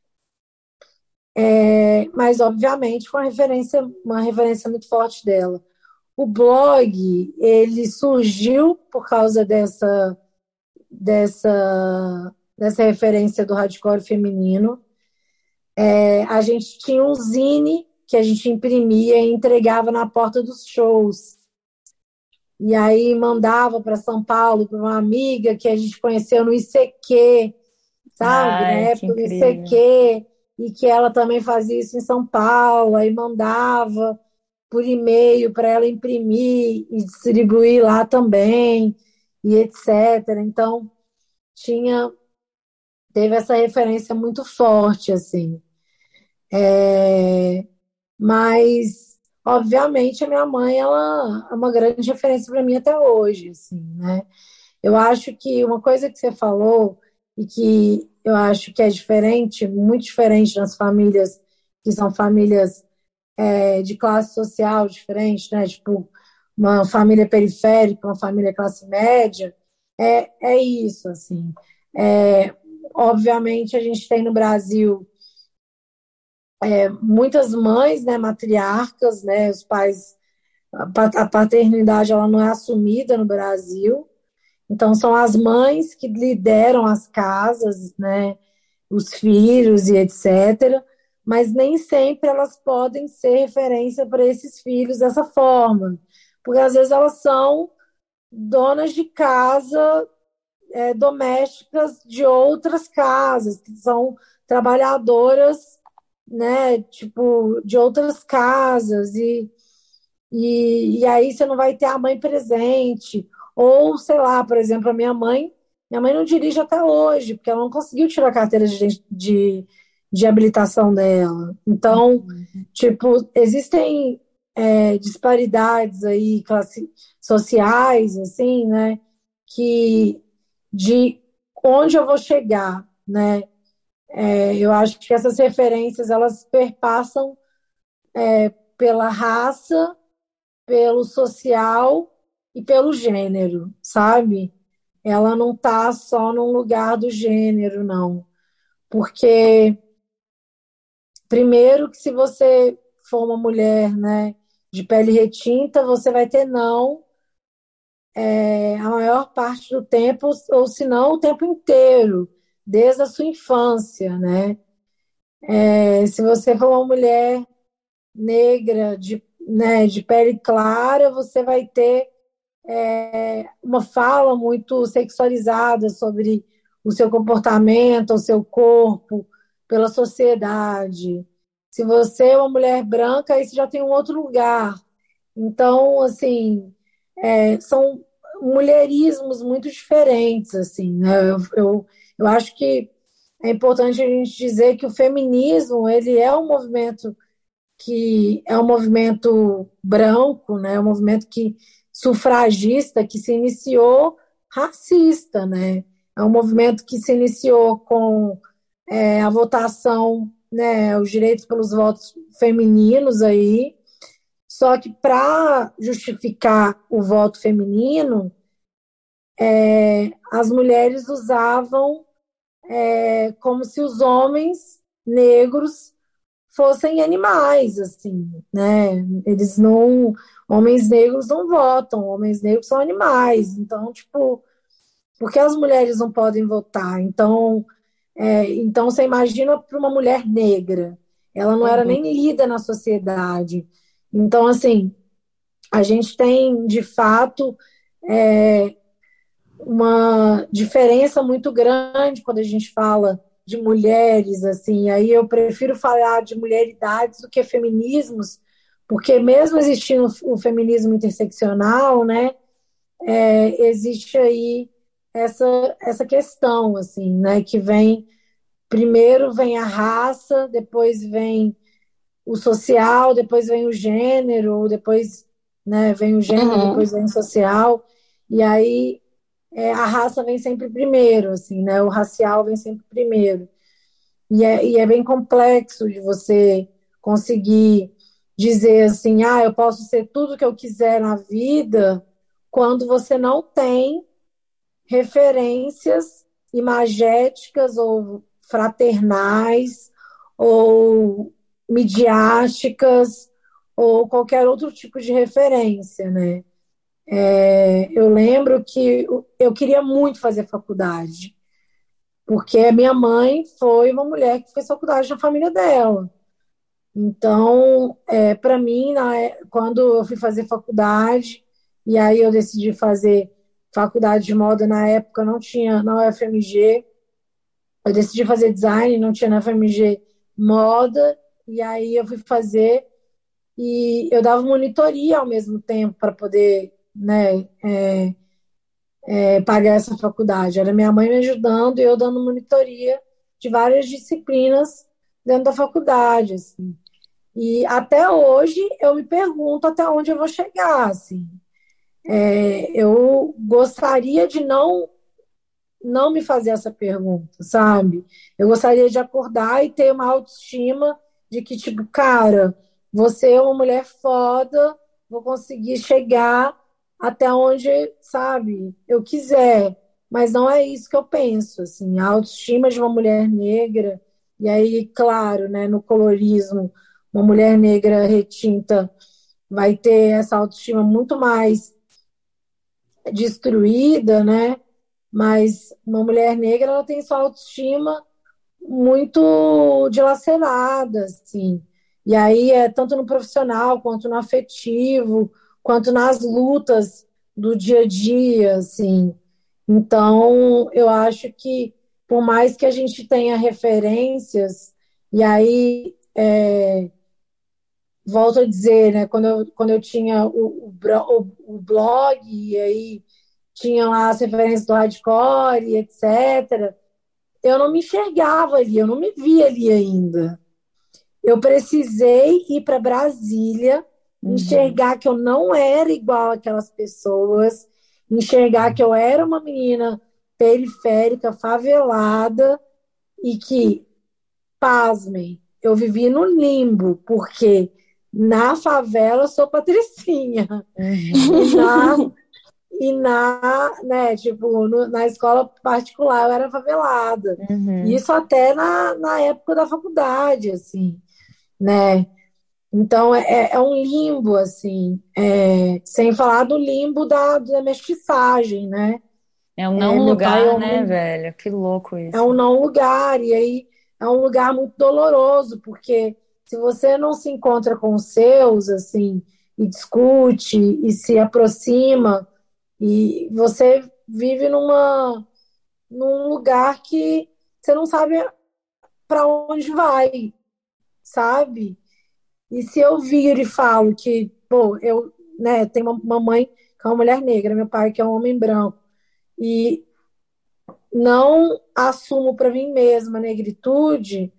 É, mas, obviamente, com a referência, uma referência muito forte dela. O blog, ele surgiu por causa dessa, dessa, dessa referência do hardcore feminino. É, a gente tinha um zine que a gente imprimia e entregava na porta dos shows. E aí mandava para São Paulo para uma amiga que a gente conheceu no I C Q, sabe? Na Ai, que época do incrível. I C Q, e que ela também fazia isso em São Paulo, aí mandava por e-mail para ela imprimir e distribuir lá também, e etcétera. Então, tinha, teve essa referência muito forte, assim. É, mas, obviamente, a minha mãe ela é uma grande referência para mim até hoje, assim, né? Eu acho que uma coisa que você falou e que eu acho que é diferente, muito diferente nas famílias que são famílias é, de classe social diferente, né? Tipo, uma família periférica, uma família classe média, É, é isso, assim. É, obviamente, a gente tem no Brasil é, muitas mães, né, matriarcas, né, os pais, a pa- a paternidade ela não é assumida no Brasil, então são as mães que lideram as casas, né, os filhos e etcétera. Mas nem sempre elas podem ser referência para esses filhos dessa forma, porque às vezes elas são donas de casa, é, domésticas de outras casas, que são trabalhadoras, né, tipo, de outras casas, e, e, e aí você não vai ter a mãe presente. Ou, sei lá, por exemplo, a minha mãe, minha mãe não dirige até hoje, porque ela não conseguiu tirar a carteira de, de, de habilitação dela. Então, tipo, existem é, disparidades aí, classe, sociais, assim, né, que de onde eu vou chegar, né? É, eu acho que essas referências elas perpassam pela raça, pelo social e pelo gênero, sabe? Ela não tá só num lugar do gênero, não. Porque, primeiro, que se você for uma mulher, né, de pele retinta, você vai ter não é, a maior parte do tempo, ou se não, o tempo inteiro, desde a sua infância, né? É, se você for uma mulher negra, de, né, de pele clara, você vai ter uma fala muito sexualizada sobre o seu comportamento, o seu corpo, pela sociedade. Se você é uma mulher branca, aí você já tem um outro lugar. Então, assim, é, são mulherismos muito diferentes, assim, né? Eu, eu, eu acho que é importante a gente dizer que o feminismo, ele é um movimento que é um movimento branco, né? É um movimento que sufragista que se iniciou racista, né? É um movimento que se iniciou com é, a votação, né, os direitos pelos votos femininos aí, só que para justificar o voto feminino, é, as mulheres usavam é, como se os homens negros fossem animais, assim, né? Eles não, homens negros não votam, homens negros são animais. Então, tipo, por que as mulheres não podem votar? Então, é, então você imagina para uma mulher negra, ela não era Uhum. nem lida na sociedade. Então, assim, a gente tem, de fato, é, uma diferença muito grande quando a gente fala de mulheres, assim, aí eu prefiro falar de mulheridades do que feminismos, porque mesmo existindo o feminismo interseccional, né, é, existe aí essa, essa questão, assim, né, que vem, primeiro vem a raça, depois vem o social, depois vem o gênero, depois, né, vem o gênero, Uhum. depois vem o social, e aí é, a raça vem sempre primeiro, assim, né? O racial vem sempre primeiro. E é, e é bem complexo de você conseguir dizer assim, ah, eu posso ser tudo que eu quiser na vida, quando você não tem referências imagéticas ou fraternais ou midiáticas ou qualquer outro tipo de referência, né? É, eu lembro que eu queria muito fazer faculdade, porque a minha mãe foi uma mulher que fez faculdade na família dela. Então, é, para mim, na, é- quando eu fui fazer faculdade, e aí eu decidi fazer faculdade de moda, na época não tinha na U F M G, eu decidi fazer design, não tinha na U F M G moda, e aí eu fui fazer, e eu dava monitoria ao mesmo tempo para poder, né, é, é, pagar essa faculdade. Era minha mãe me ajudando e eu dando monitoria de várias disciplinas dentro da faculdade, assim. E até hoje eu me pergunto até onde eu vou chegar, assim. É, eu gostaria de não não me fazer essa pergunta, sabe? Eu gostaria de acordar e ter uma autoestima de que, tipo, cara, você é uma mulher foda, vou conseguir chegar até onde, sabe, eu quiser. mas não é isso que eu penso, assim, a autoestima de uma mulher negra, e aí, claro, né, no colorismo, uma mulher negra retinta vai ter essa autoestima muito mais destruída, né? Mas uma mulher negra, ela tem sua autoestima muito dilacerada, assim. E aí é tanto no profissional, quanto no afetivo, quanto nas lutas do dia a dia, assim. Então, eu acho que por mais que a gente tenha referências, e aí é, volto a dizer, né, quando eu, quando eu tinha o, o, o, o blog, e aí tinha lá as referências do hardcore, e etcétera, eu não me enxergava ali, eu não me via ali ainda. Eu precisei ir para Brasília, Uhum. enxergar que eu não era igual aquelas pessoas, enxergar que eu era uma menina periférica, favelada, e que, pasmem, eu vivi no limbo, porque na favela eu sou patricinha. Uhum. E na, e na, né, tipo, no- na escola particular eu era favelada. Uhum. Isso até na, na época da faculdade, assim, né? Então é, é um limbo, assim, é, sem falar do limbo da, da mestiçagem, né? É um É, não meu pai é lugar, né, homem, velho? Que louco é isso. um não lugar, e aí é um lugar muito doloroso, porque se você não se encontra com os seus, assim, e discute e se aproxima, e você vive numa, num lugar que você não sabe para onde vai, sabe? E se eu viro e falo que, pô, eu, né, tenho uma mãe que é uma mulher negra, meu pai que é um homem branco, e não assumo para mim mesma a negritude,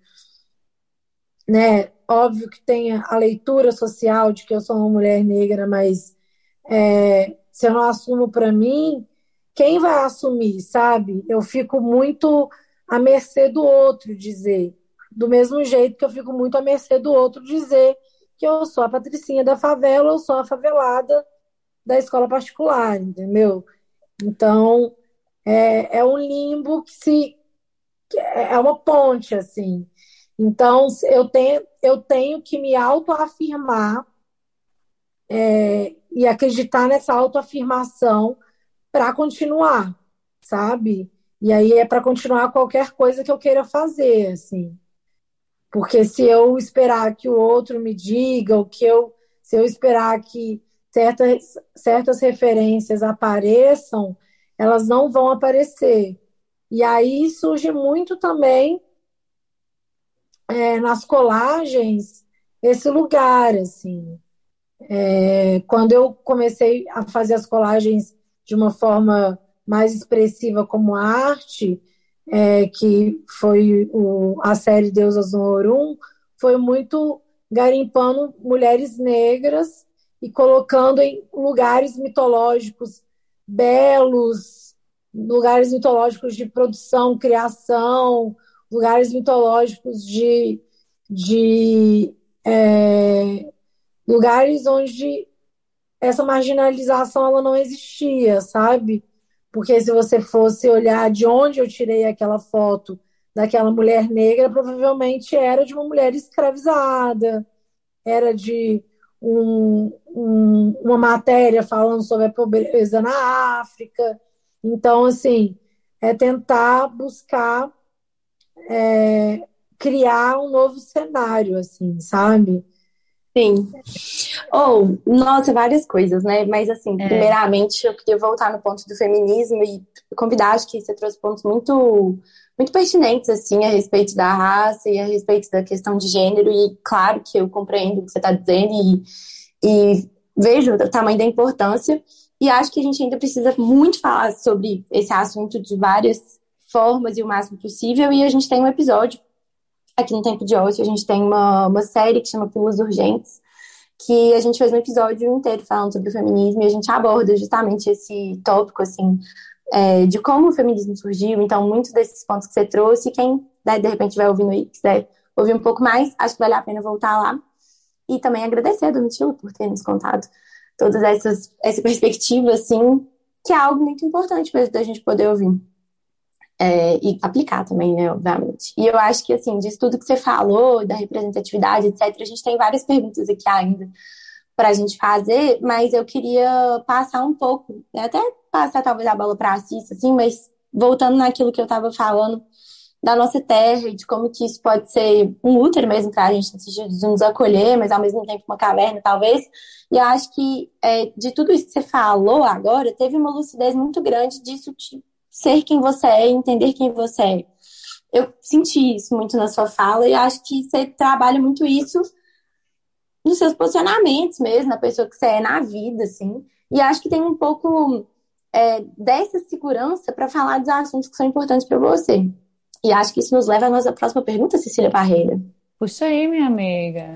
né? Óbvio que tem a leitura social de que eu sou uma mulher negra, mas é, se eu não assumo para mim, quem vai assumir, sabe? Eu fico muito à mercê do outro dizer. Do mesmo jeito que eu fico muito à mercê do outro dizer que eu sou a patricinha da favela, eu sou a favelada da escola particular, entendeu? Então, é, é um limbo que se é uma ponte, assim. Então, eu tenho, eu tenho que me autoafirmar é, e acreditar nessa autoafirmação para continuar, sabe? E aí é para continuar qualquer coisa que eu queira fazer, assim. Porque se eu esperar que o outro me diga, ou que eu, se eu esperar que certas, certas referências apareçam, elas não vão aparecer. E aí surge muito também é, nas colagens esse lugar, assim. É, quando eu comecei a fazer as colagens de uma forma mais expressiva como arte, é, que foi o, a série Deusas no Orum, foi muito garimpando mulheres negras e colocando em lugares mitológicos belos, lugares mitológicos de produção, criação, lugares mitológicos de, de é, lugares onde essa marginalização ela não existia, sabe? Porque se você fosse olhar de onde eu tirei aquela foto daquela mulher negra, provavelmente era de uma mulher escravizada, era de um, um, uma matéria falando sobre a pobreza na África. Então, assim, é tentar buscar é, criar um novo cenário, assim, sabe? Sim. Ou, nossa, várias coisas, né? Mas, assim, É. primeiramente, eu queria voltar no ponto do feminismo e convidar, acho que você trouxe pontos muito, muito pertinentes, assim, a respeito da raça e a respeito da questão de gênero. E, claro, que eu compreendo o que você está dizendo e, e vejo o tamanho da importância. E acho que a gente ainda precisa muito falar sobre esse assunto de várias formas e o máximo possível. E a gente tem um episódio aqui no Tempo de Ócio, a gente tem uma, uma série que chama Pílulas Urgentes, que a gente fez um episódio inteiro falando sobre o feminismo e a gente aborda justamente esse tópico, assim, é, de como o feminismo surgiu. Então, muitos desses pontos que você trouxe, quem, né, de repente vai ouvindo aí, quiser ouvir um pouco mais, acho que vale a pena voltar lá. E também agradecer a Domitila por ter nos contado todas essas essa perspectiva, assim, que é algo muito importante mesmo da gente poder ouvir. É, e aplicar também, né, obviamente. E eu acho que, assim, disso tudo que você falou, da representatividade, etcétera, a gente tem várias perguntas aqui ainda para a gente fazer, mas eu queria passar um pouco, né, até passar talvez a bola para a Cissa, assim, mas voltando naquilo que eu estava falando da nossa terra e de como que isso pode ser um útero mesmo para a gente, no sentido de nos acolher, mas ao mesmo tempo uma caverna, talvez. E eu acho que é, de tudo isso que você falou agora, teve uma lucidez muito grande disso de ser quem você é, entender quem você é. Eu senti isso muito na sua fala e acho que você trabalha muito isso nos seus posicionamentos mesmo, na pessoa que você é na vida, assim. E acho que tem um pouco é, dessa segurança para falar dos assuntos que são importantes para você. E acho que isso nos leva à nossa próxima pergunta, Cecília Parreira. Puxa aí, minha amiga.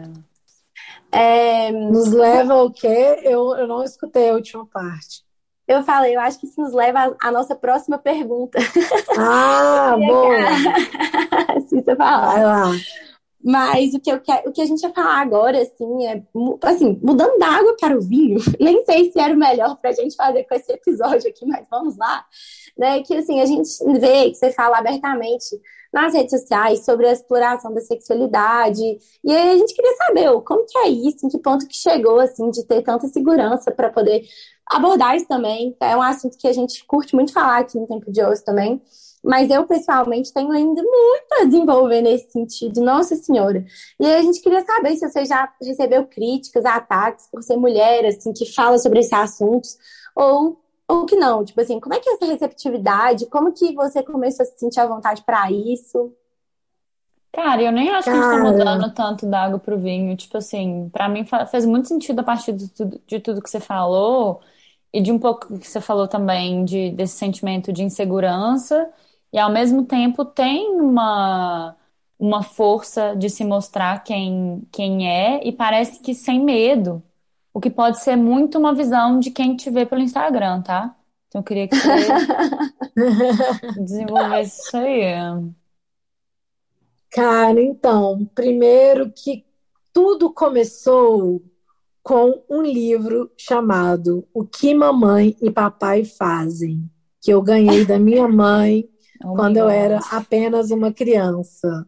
É, Nos leva ao quê? Eu, eu não escutei a última parte. eu falei, eu acho que isso nos leva à, à nossa próxima pergunta. Ah, boa! Assim você fala. Vai lá. Mas o que, eu quero, o que a gente vai falar agora, assim, é assim, mudando da água para o vinho. Nem sei se era o melhor para a gente fazer com esse episódio aqui, mas vamos lá. Né? Que assim, a gente vê que você fala abertamente nas redes sociais sobre a exploração da sexualidade. E aí a gente queria saber como que é isso, em que ponto que chegou, assim, de ter tanta segurança para poder abordar isso também. É um assunto que a gente curte muito falar aqui no Tempo de Hoje também. Mas eu, pessoalmente, tenho ainda muito a desenvolver nesse sentido, nossa senhora. E aí a gente queria saber se você já recebeu críticas, ataques por ser mulher, assim, que fala sobre esses assuntos, ou, ou que não. Tipo assim, como é que é essa receptividade? Como que você começou a se sentir à vontade para isso? Cara, eu nem acho que a gente tá Cara, mudando tanto da água pro vinho. Tipo assim, pra mim fa- fez muito sentido a partir de tudo, de tudo que você falou e de um pouco que você falou também de, desse sentimento de insegurança e ao mesmo tempo tem uma, uma força de se mostrar quem, quem é e parece que sem medo, o que pode ser muito uma visão de quem te vê pelo Instagram, tá? Então eu queria que você desenvolvesse isso aí. cara, então, primeiro que tudo começou com um livro chamado O que Mamãe e Papai Fazem, que eu ganhei da minha mãe Oh my quando eu era God. apenas uma criança.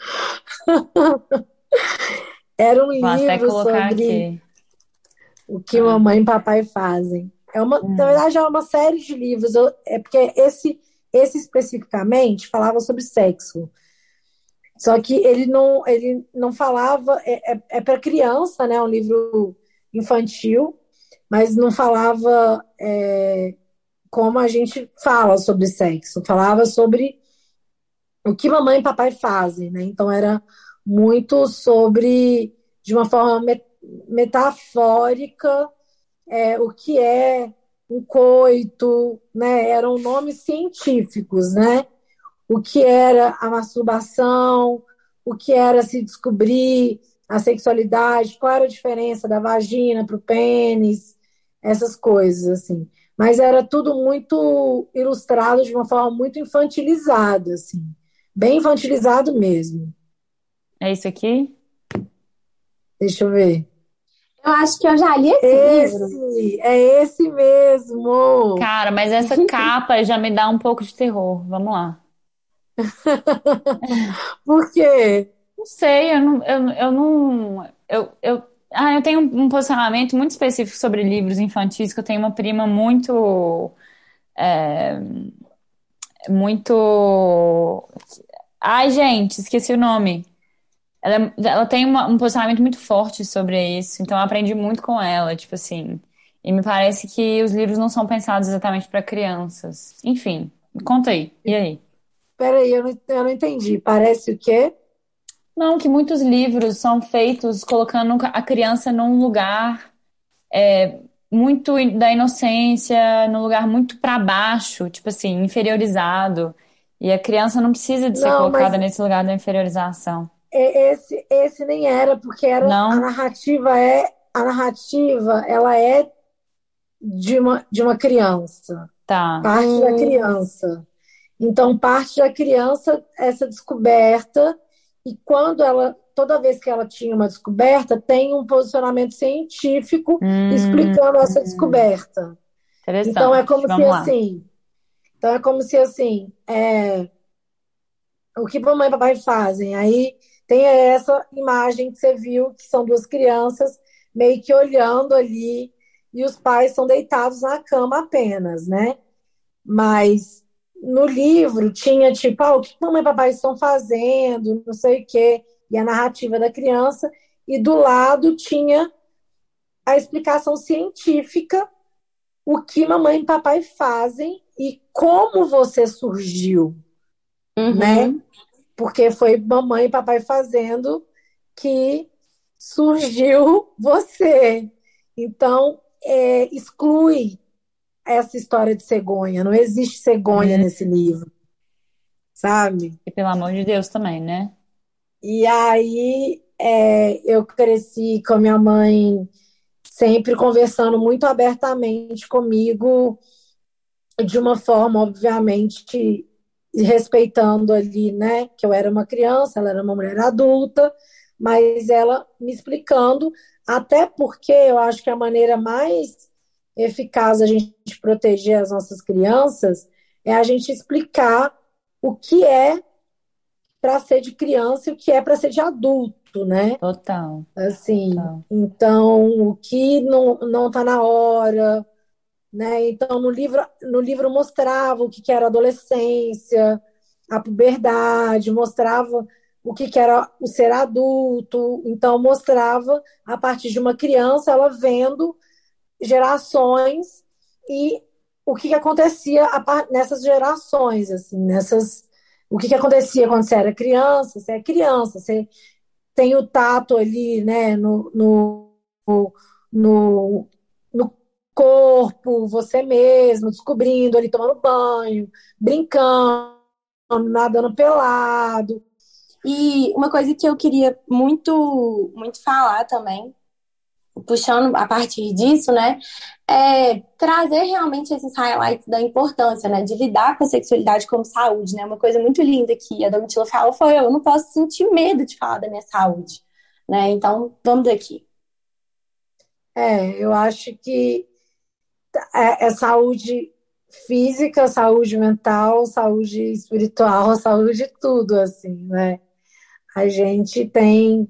Era um Vou até livro colocar sobre aqui. o que Ah, mamãe e papai fazem. É uma, na hum. verdade, é uma série de livros. Eu- é porque esse, esse especificamente falava sobre sexo. Só que ele não, ele não falava. É, é, é para criança, né? Um livro infantil, mas não falava é, como a gente fala sobre sexo. Falava sobre o que mamãe e papai fazem, né? Então era muito sobre, de uma forma me- metafórica, é, o que é um coito, né? Eram nomes científicos, né? O que era a masturbação, o que era se descobrir a sexualidade, qual era a diferença da vagina para o pênis, essas coisas, assim. Mas era tudo muito ilustrado de uma forma muito infantilizada, assim. Bem infantilizado mesmo. É isso aqui? Deixa eu ver. Eu acho que eu já li esse livro. Esse, é esse mesmo. Cara, mas essa capa já me dá um pouco de terror. Vamos lá. Por quê? Não sei, eu não, eu, eu não, eu, eu, ah, eu tenho um um posicionamento muito específico sobre livros infantis, que eu tenho uma prima muito, é, muito, ai, gente, esqueci o nome. Ela, é- ela tem uma- um posicionamento muito forte sobre isso, então eu aprendi muito com ela, tipo assim. E me parece que os livros não são pensados exatamente para crianças. Enfim, me conta aí. E aí? Peraí, eu não, eu não entendi. Parece o quê? Não, que muitos livros são feitos colocando a criança num lugar muito in- da inocência, num lugar muito para baixo, tipo assim, inferiorizado. E a criança não precisa de ser Não, mas colocada nesse lugar da inferiorização. é- esse, esse nem era, porque era, a Não? narrativa é, a narrativa, ela é de uma, de uma criança, Tá. parte da criança. Então, parte da criança, essa descoberta, e quando ela, toda vez que ela tinha uma descoberta, tem um posicionamento científico Hum, explicando essa descoberta. Interessante. Então é como se Vamos lá. assim, então é como se assim, é, o que mamãe e papai fazem? Aí tem essa imagem que você viu, que são duas crianças meio que olhando ali, e os pais são deitados na cama apenas, né? Mas no livro tinha tipo, ah, o que mamãe e papai estão fazendo, não sei o quê, e a narrativa da criança, e do lado tinha a explicação científica, o que mamãe e papai fazem e como você surgiu, Uhum. né? Porque foi mamãe e papai fazendo que surgiu você. Então, é, exclui essa história de cegonha. Não existe cegonha Hum. nesse livro, sabe? E pelo amor de Deus também, né? E aí, é, eu cresci com a minha mãe sempre conversando muito abertamente comigo, de uma forma, obviamente, respeitando ali, né, que eu era uma criança, ela era uma mulher adulta, mas ela me explicando, até porque eu acho que a maneira mais eficaz a gente proteger as nossas crianças é a gente explicar o que é para ser de criança e o que é para ser de adulto, né? Total. Assim, Total. então, o que não, não tá na hora, né? Então, no livro, no livro mostrava o que, que era a adolescência, a puberdade, mostrava o que, que era o ser adulto. Então, mostrava, a partir de uma criança, ela vendo gerações e o que, que acontecia a par- nessas gerações, assim, nessas... O que, que acontecia quando você era criança? Você é criança, você tem o tato ali, né, no, no, no, no corpo, você mesmo, descobrindo ali, tomando banho, brincando, nadando pelado. E uma coisa que eu queria muito, muito falar também, puxando a partir disso, né, é trazer realmente esses highlights da importância, né, de lidar com a sexualidade como saúde, né, uma coisa muito linda que a Domitila falou foi, eu não posso sentir medo de falar da minha saúde, né, então vamos aqui. É, eu acho que é, é saúde física, saúde mental, saúde espiritual, saúde tudo, assim, né? A gente tem,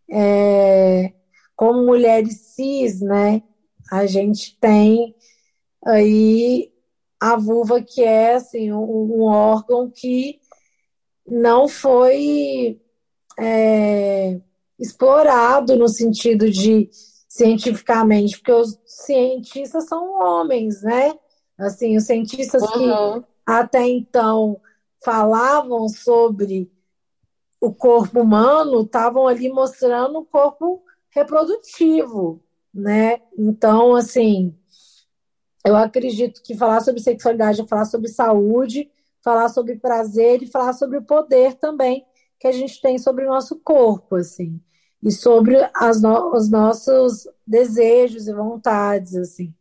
é, como mulheres cis, né? A gente tem aí a vulva, que é assim, um, um órgão que não foi é, explorado no sentido de cientificamente, porque os cientistas são homens, né? Assim, os cientistas que Uhum. até então falavam sobre o corpo humano estavam ali mostrando o corpo reprodutivo, né? Então, assim, eu acredito que falar sobre sexualidade é falar sobre saúde, falar sobre prazer e falar sobre o poder também que a gente tem sobre o nosso corpo, assim, e sobre as no- os nossos desejos e vontades, assim.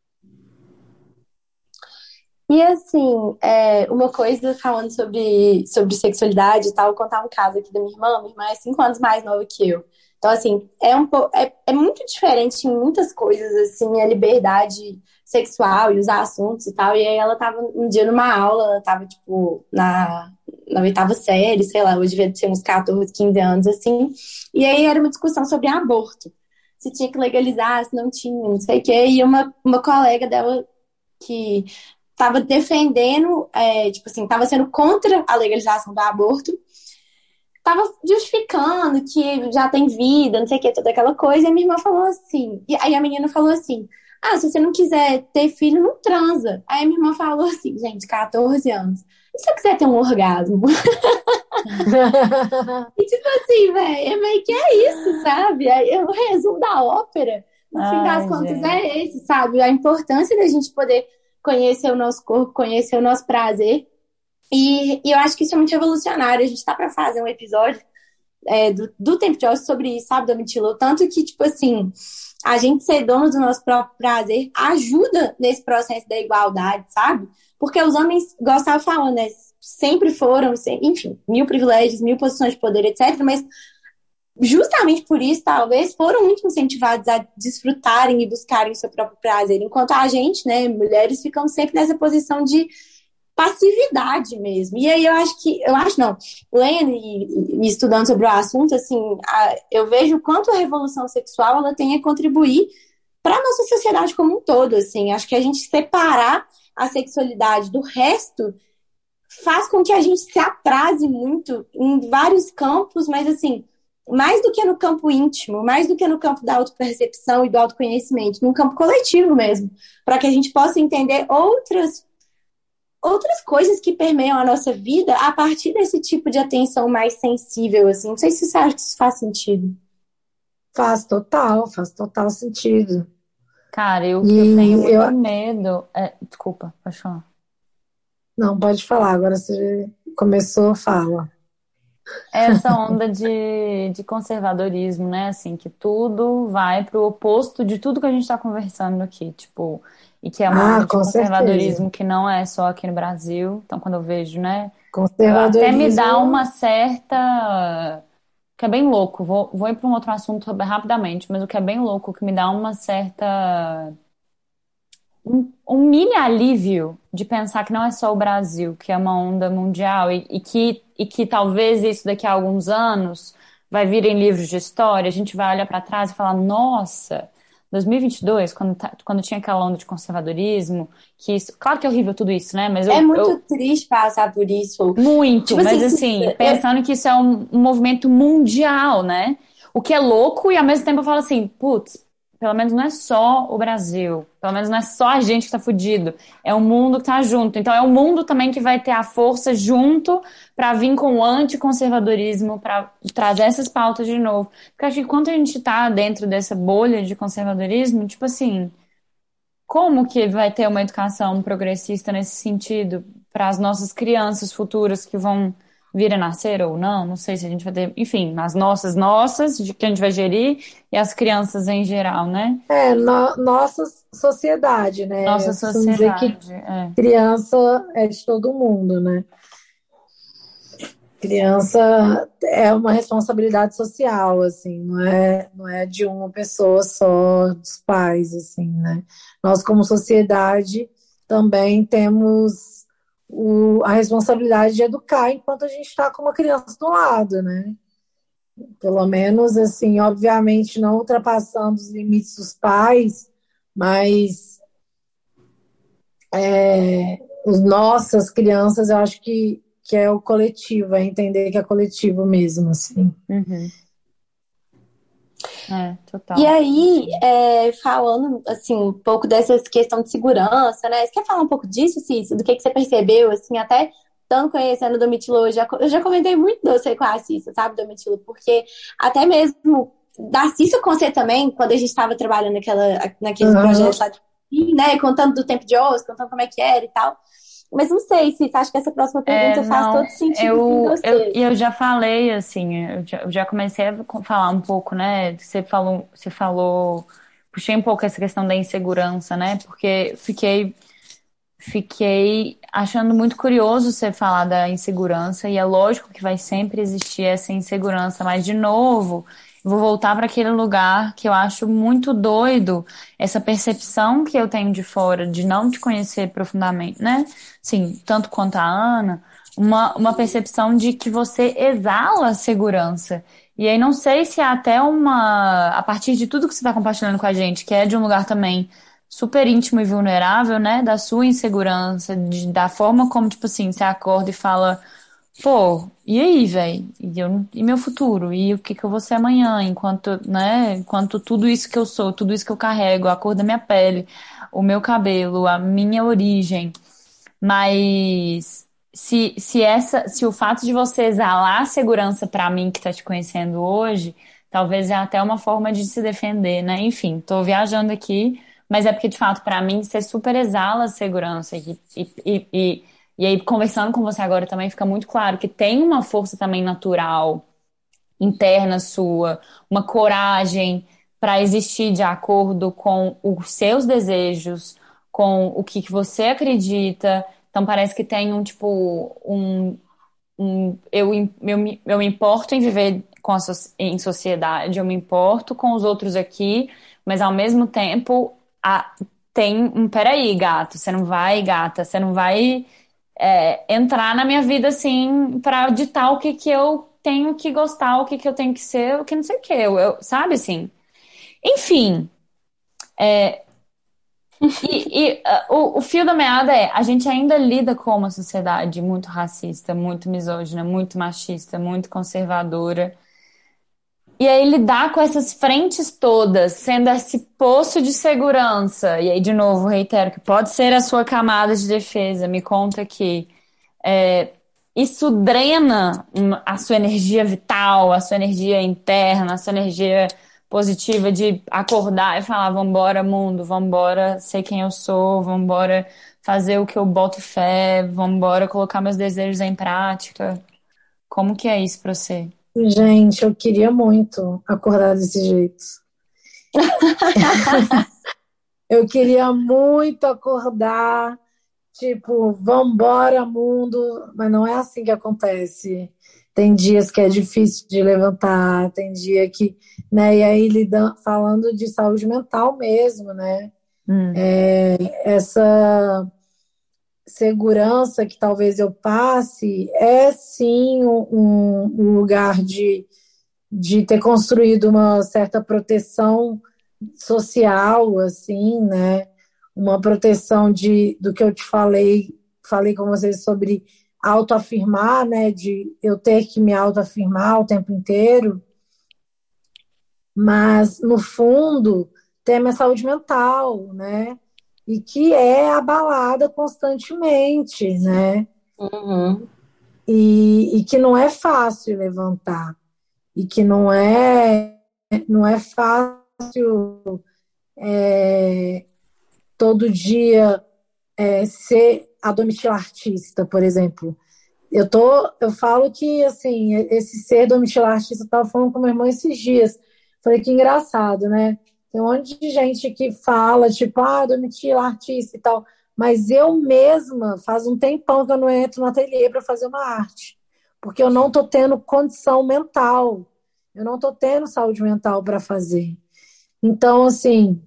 E assim, é, uma coisa falando sobre, sobre sexualidade e tal, vou contar um caso aqui da minha irmã. Minha irmã é cinco anos mais nova que eu. Então, assim, é, um, po- é, é muito diferente em muitas coisas, assim, a liberdade sexual e os assuntos e tal. E aí ela tava um dia numa aula, ela tava, tipo, na, na oitava série, sei lá, hoje devia ter uns catorze, quinze anos, assim. E aí era uma discussão sobre aborto. Se tinha que legalizar, se não tinha, não sei o quê. E uma, uma colega dela que estava defendendo, é, tipo assim, estava sendo contra a legalização do aborto, estava justificando que já tem vida, não sei o que, toda aquela coisa, e a minha irmã falou assim, e aí a menina falou assim, ah, se você não quiser ter filho, não transa. Aí a minha irmã falou assim, gente, catorze anos, e se eu quiser ter um orgasmo? E tipo assim, velho, é meio que é isso, sabe? É o resumo da ópera, no fim das Ai, contas, gente. é esse, sabe? A importância da gente poder conhecer o nosso corpo, conhecer o nosso prazer. E, e eu acho que isso é muito revolucionário. A gente tá pra fazer um episódio é, do, do Tempo de Ócio sobre isso, sabe, Domitila? Tanto que, tipo assim, a gente ser dono do nosso próprio prazer ajuda nesse processo da igualdade, sabe? Porque os homens, igual eu estava falando, né? Sempre foram, enfim, mil privilégios, mil posições de poder, etcétera. Mas justamente por isso, talvez, foram muito incentivados a desfrutarem e buscarem o seu próprio prazer, enquanto a gente, né, mulheres, ficam sempre nessa posição de passividade mesmo. E aí eu acho que, eu acho não, lendo e, e estudando sobre o assunto, assim, a, eu vejo o quanto a revolução sexual ela tem a contribuir para a nossa sociedade como um todo, assim. Acho que a gente separar a sexualidade do resto faz com que a gente se atrase muito em vários campos, mas assim, mais do que no campo íntimo, mais do que no campo da autopercepção e do autoconhecimento, num campo coletivo mesmo, para que a gente possa entender outras outras coisas que permeiam a nossa vida a partir desse tipo de atenção mais sensível, assim. Não sei se você acha que isso faz sentido. Faz total, faz total sentido. Cara, eu, E eu tenho muito eu- medo. É, desculpa, pode falar. Não, pode falar, agora você começou, fala. Essa onda de, de conservadorismo, né? Assim, que tudo vai pro oposto de tudo que a gente tá conversando aqui, tipo, e que é uma Ah, onda de com certeza. conservadorismo que não é só aqui no Brasil. Então, quando eu vejo, né? Até me Conservadorismo. dá uma certa. Que é bem louco. Vou, vou ir para um outro assunto rapidamente, mas o que é bem louco, que me dá uma certa. Um, um mini alívio de pensar que não é só o Brasil, que é uma onda mundial e, e que, e que talvez isso daqui a alguns anos vai vir em livros de história, a gente vai olhar para trás e falar, nossa, dois mil e vinte e dois, quando, tá- quando tinha aquela onda de conservadorismo, que isso, claro que é horrível tudo isso, né? Mas eu, É muito eu- triste passar por isso. muito, Tipo mas assim, assim, eu- pensando que isso é um, um movimento mundial, né? O que é louco e ao mesmo tempo eu falo assim, putz, pelo menos não é só o Brasil, pelo menos não é só a gente que tá fudido, é o mundo que tá junto. Então é o mundo também que vai ter a força junto pra vir com o anticonservadorismo, pra trazer essas pautas de novo. Porque eu acho que enquanto a gente tá dentro dessa bolha de conservadorismo, tipo assim, como que vai ter uma educação progressista nesse sentido para as nossas crianças futuras que vão vir a nascer ou não? Não sei se a gente vai ter, enfim, as nossas, nossas, de que a gente vai gerir, e as crianças em geral, né? É, no- nossa sociedade, né? Nossa Eu costumo dizer que sociedade, é. criança é de todo mundo, né? Criança é uma responsabilidade social, assim, não é, não é de uma pessoa só, dos pais, assim, né? Nós, como sociedade, também temos o- a responsabilidade de educar enquanto a gente está com uma criança do lado, né? Pelo menos, assim, obviamente, não ultrapassando os limites dos pais, mas é, os nossas crianças, eu acho que, que é o coletivo, é entender que é coletivo mesmo, assim. Uhum. É, total. E aí, é, falando assim, um pouco dessa questão de segurança, né? Você quer falar um pouco disso, Cícero? Do que, que você percebeu, assim, até estando conhecendo o Domitila, eu já, eu já comentei muito de você com a Cissa, sabe, Domitila? Porque até mesmo da Cissa com você também, quando a gente estava trabalhando naquela, naquele Uhum. projeto lá, de, né? Contando do tempo de hoje, contando como é que era e tal. Mas não sei, Cissa, acho que essa próxima pergunta É, faz não, todo sentido em eu, eu, você. e eu já falei, assim, eu já, eu já comecei a co- falar um pouco, né? Você falou, você falou, puxei um pouco essa questão da insegurança, né? Porque fiquei, fiquei achando muito curioso você falar da insegurança, e é lógico que vai sempre existir essa insegurança, mas de novo, eu vou voltar para aquele lugar que eu acho muito doido, essa percepção que eu tenho de fora, de não te conhecer profundamente, né? Sim, tanto quanto a Ana, uma, uma percepção de que você exala segurança. E aí não sei se é até uma, a partir de tudo que você está compartilhando com a gente, que é de um lugar também super íntimo e vulnerável, né? Da sua insegurança, de- da forma como, tipo assim, você acorda e fala, pô, e aí, velho? E, eu- e meu futuro? E o que que eu vou ser amanhã? Enquanto, né? Enquanto tudo isso que eu sou, tudo isso que eu carrego, a cor da minha pele, o meu cabelo, a minha origem. Mas se, se essa, se o fato de você exalar a segurança pra mim que tá te conhecendo hoje, talvez é até uma forma de se defender, né? Enfim, tô viajando aqui, mas é porque de fato pra mim você super exala a segurança e, e, e, e, e aí conversando com você agora também fica muito claro que tem uma força também natural interna sua, uma coragem para existir de acordo com os seus desejos, com o que, que você acredita. Então parece que tem um tipo um, um eu, im- eu, me- eu me importo em viver com a so- em sociedade, eu me importo com os outros aqui, mas ao mesmo tempo a- tem um peraí, gato, você não vai, gata, você não vai é, entrar na minha vida assim pra ditar o que que eu tenho que gostar, o que que eu tenho que ser, o que não sei o que, eu, eu- sabe assim? Enfim, e, e, ah, o, o fio da meada é, a gente ainda lida com uma sociedade muito racista, muito misógina, muito machista, muito conservadora. E aí lidar com essas frentes todas, sendo esse poço de segurança, e aí de novo reitero que pode ser a sua camada de defesa, me conta aqui. É, isso drena uma- a sua energia vital, a sua energia interna, a sua energia positiva de acordar e falar: vambora, mundo, vambora ser quem eu sou, vambora fazer o que eu boto fé, vambora colocar meus desejos em prática. Como que é isso pra você? Gente, eu queria muito acordar desse jeito. Eu queria muito acordar, tipo, vambora, mundo, mas não é assim que acontece. Tem dias que é difícil de levantar, tem dia que, né, e aí lidam, falando de saúde mental mesmo, né? Hum, Essa segurança que talvez eu passe é sim um, um um lugar de, de ter construído uma certa proteção social, assim, né? Uma proteção de, do que eu te falei, falei com vocês sobre autoafirmar, né? De eu ter que me autoafirmar o tempo inteiro, mas no fundo tem a minha saúde mental, né? E que é abalada constantemente, né? Uhum. E, e que não é fácil levantar, e que não é, não é fácil é, todo dia é, ser a Domitila artista, por exemplo. Eu tô, eu falo que assim, esse ser Domitila artista, eu estava falando com meu irmão esses dias. Falei que engraçado, né? Tem um monte de gente que fala, tipo, ah, Domitila artista e tal. Mas eu mesma faz um tempão que eu não entro no ateliê para fazer uma arte. Porque eu não tô tendo condição mental. Eu não tô tendo saúde mental para fazer. Então, assim,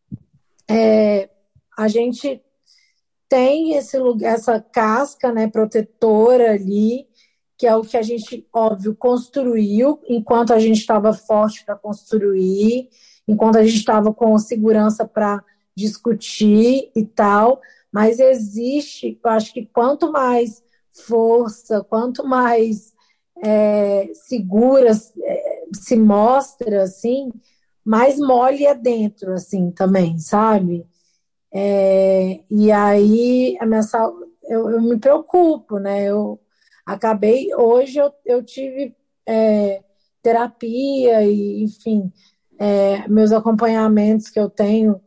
é, a gente tem esse lugar, essa casca, né, protetora ali, que é o que a gente, óbvio, construiu enquanto a gente estava forte para construir, enquanto a gente estava com segurança para discutir e tal, mas existe, eu acho que quanto mais força, quanto mais é, segura é, se mostra, assim, mais mole é dentro, assim, também, sabe? É, e aí a minha saúde, eu, eu me preocupo, né? Eu acabei, hoje eu, eu tive é, terapia e, enfim, é, meus acompanhamentos que eu tenho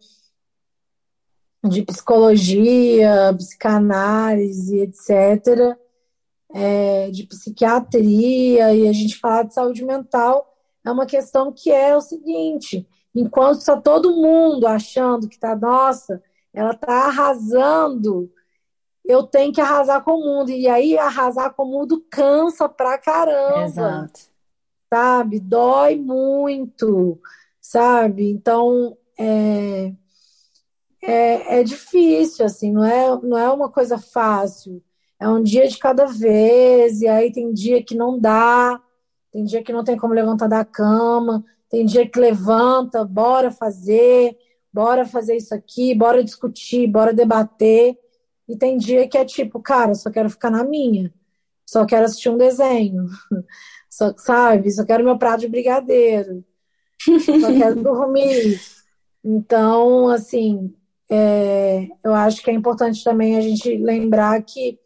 de psicologia, psicanálise, etcétera, é, de psiquiatria, e a gente falar de saúde mental é uma questão que é o seguinte: enquanto está todo mundo achando que está, nossa, ela está arrasando, eu tenho que arrasar com o mundo. E aí, arrasar com o mundo cansa pra caramba, exato. sabe? Dói muito, sabe? Então, é, é, é difícil, assim, não é, não é uma coisa fácil. É um dia de cada vez, e aí tem dia que não dá, tem dia que não tem como levantar da cama, tem dia que levanta, bora fazer, bora fazer isso aqui, bora discutir, bora debater. E tem dia que é tipo, cara, só quero ficar na minha, só quero assistir um desenho, só, sabe? Só quero meu prato de brigadeiro, só quero dormir. Então, assim, é, eu acho que é importante também a gente lembrar que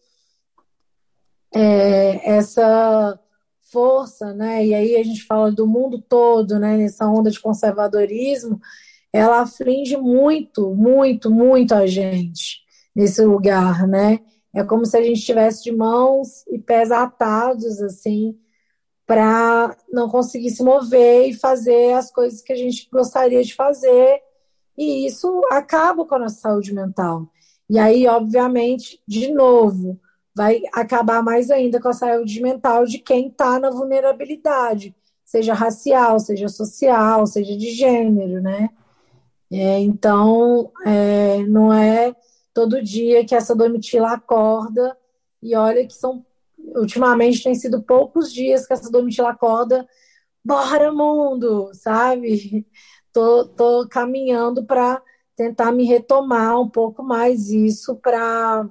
é, essa força, né? E aí a gente fala do mundo todo, né? Nessa onda de conservadorismo, ela aflige muito, muito, muito a gente nesse lugar, né? É como se a gente tivesse de mãos e pés atados, assim, para não conseguir se mover e fazer as coisas que a gente gostaria de fazer, e isso acaba com a nossa saúde mental. E aí, obviamente, de novo, vai acabar mais ainda com a saúde mental de quem está na vulnerabilidade, seja racial, seja social, seja de gênero, né? É, então, é, não é todo dia que essa Domitila acorda, e olha que são, ultimamente tem sido poucos dias que essa Domitila acorda, bora mundo, sabe? Tô, tô caminhando para tentar me retomar um pouco mais isso para,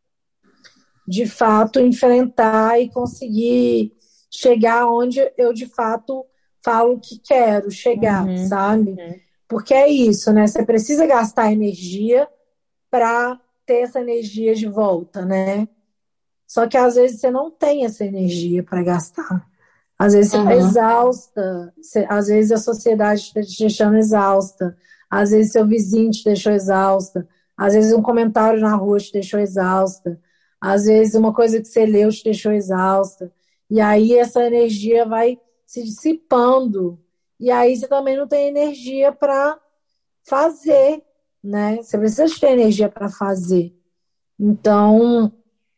de fato, enfrentar e conseguir chegar onde eu, de fato, falo que quero chegar, Uhum, sabe? uhum. Porque é isso, né? Você precisa gastar energia para ter essa energia de volta, né? Só que às vezes você não tem essa energia para gastar. Às vezes você está Uhum. exausta, você- às vezes a sociedade está te deixando exausta, às vezes seu vizinho te deixou exausta, às vezes um comentário na rua te deixou exausta, às vezes uma coisa que você leu te deixou exausta. E aí essa energia vai se dissipando. E aí você também não tem energia para fazer, né? Você precisa de ter energia para fazer. Então,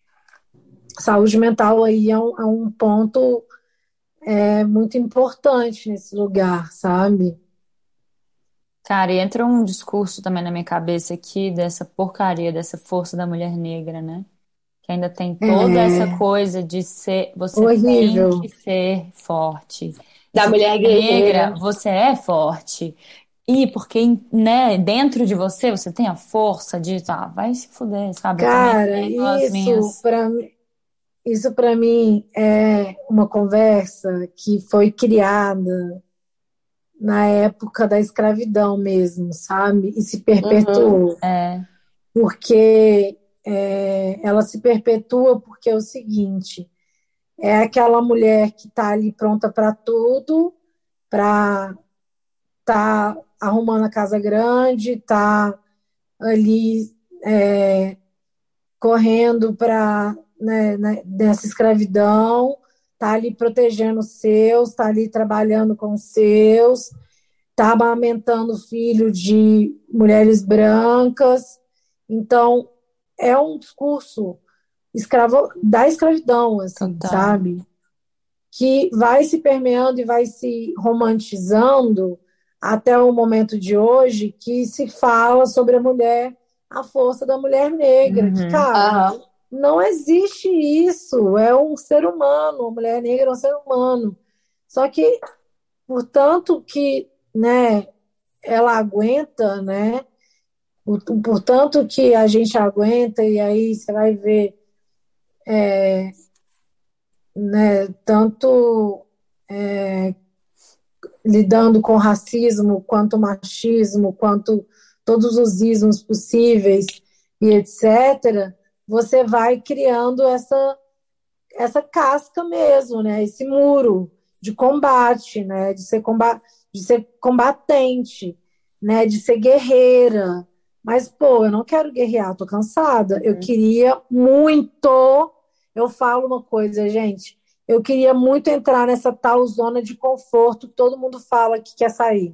saúde mental aí é um, é um ponto é muito importante nesse lugar, sabe? Cara, e entra um discurso também na minha cabeça aqui dessa porcaria, dessa força da mulher negra, né? Que ainda tem toda essa É coisa de ser, você tem horrível. que ser forte. E Da se mulher você é negra, guerreira. você é forte. E porque, né, dentro de você, você tem a força de, ah, vai se fuder, sabe? Eu também Cara, tenho as isso minhas. para isso para mim é uma conversa que foi criada na época da escravidão mesmo, sabe? E se Uhum. perpetuou. É, Porque é, ela se perpetua porque é o seguinte, é aquela mulher que está ali pronta para tudo, para tá arrumando a casa grande, tá ali é, correndo para né, né, dessa escravidão, tá ali protegendo os seus, tá ali trabalhando com os seus, tá amamentando filho de mulheres brancas. Então, é um discurso escravo, da escravidão, assim, total. sabe? Que vai se permeando e vai se romantizando até o momento de hoje, que se fala sobre a mulher, a força da mulher negra, que, Uhum. cara, Aham. não existe isso, é um ser humano, a mulher negra é um ser humano. Só que, portanto, que, né, ela aguenta, né, o- portanto que a gente aguenta, e aí você vai ver, né, tanto lidando com racismo, quanto machismo, quanto todos os ismos possíveis e etcétera, você vai criando essa, essa casca mesmo, né? Esse muro de combate, né? De ser, comba de ser combatente, né? De ser guerreira. Mas, pô, eu não quero guerrear, tô cansada. Eu queria muito. Eu falo uma coisa, gente. Eu queria muito entrar nessa tal zona de conforto que todo mundo fala que quer sair.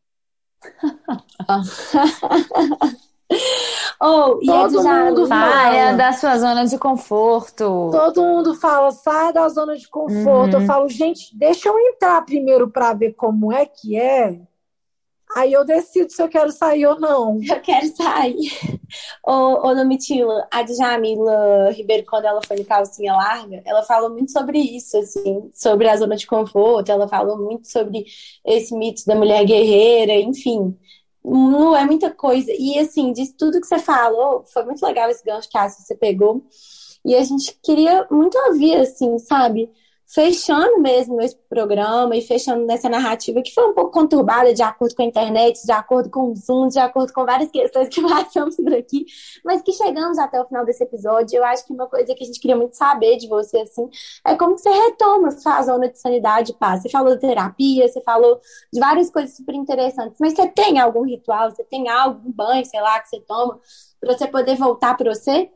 Oh, e a Todo mundo Djamila? Saia fala. da sua zona de conforto. Todo mundo fala, sai da zona de conforto. Eu Uhum. falo, gente, deixa eu entrar primeiro para ver como é que é. Aí eu decido se eu quero sair ou não. Eu quero sair. Ô, ô Domitila, a Djamila Ribeiro, quando ela foi no Calcinha Larga, ela falou muito sobre isso, assim, sobre a zona de conforto, ela falou muito sobre esse mito da mulher guerreira, enfim. Não é muita coisa. E, assim, de tudo que você falou, foi muito legal esse gancho que a Ássia, você pegou. E a gente queria muito ouvir, assim, sabe? Fechando mesmo esse programa e fechando nessa narrativa que foi um pouco conturbada de acordo com a internet, de acordo com o Zoom, de acordo com várias questões que passamos por aqui, mas que chegamos até o final desse episódio. Eu acho que uma coisa que a gente queria muito saber de você, assim, é como que você retoma sua zona de sanidade e paz. Você falou de terapia, você falou de várias coisas super interessantes, mas você tem algum ritual, você tem algum banho, sei lá, que você toma para você poder voltar para você?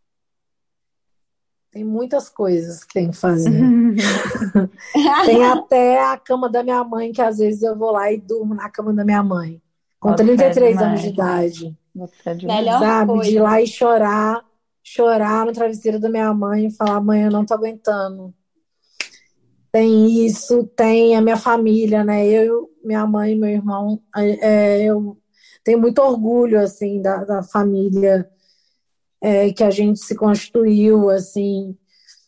Tem muitas coisas que tem que fazer. Tem até a cama da minha mãe, que às vezes eu vou lá e durmo na cama da minha mãe. Com Boto trinta e fé três anos de demais. idade. Boto fé demais. Melhor Sabe? De ir coisa. lá e chorar, chorar no travesseiro da minha mãe e falar, mãe, eu não tô aguentando. Tem isso, tem a minha família, né? Eu, minha mãe e meu irmão, é, eu tenho muito orgulho, assim, da, da família é, que a gente se constituiu, assim,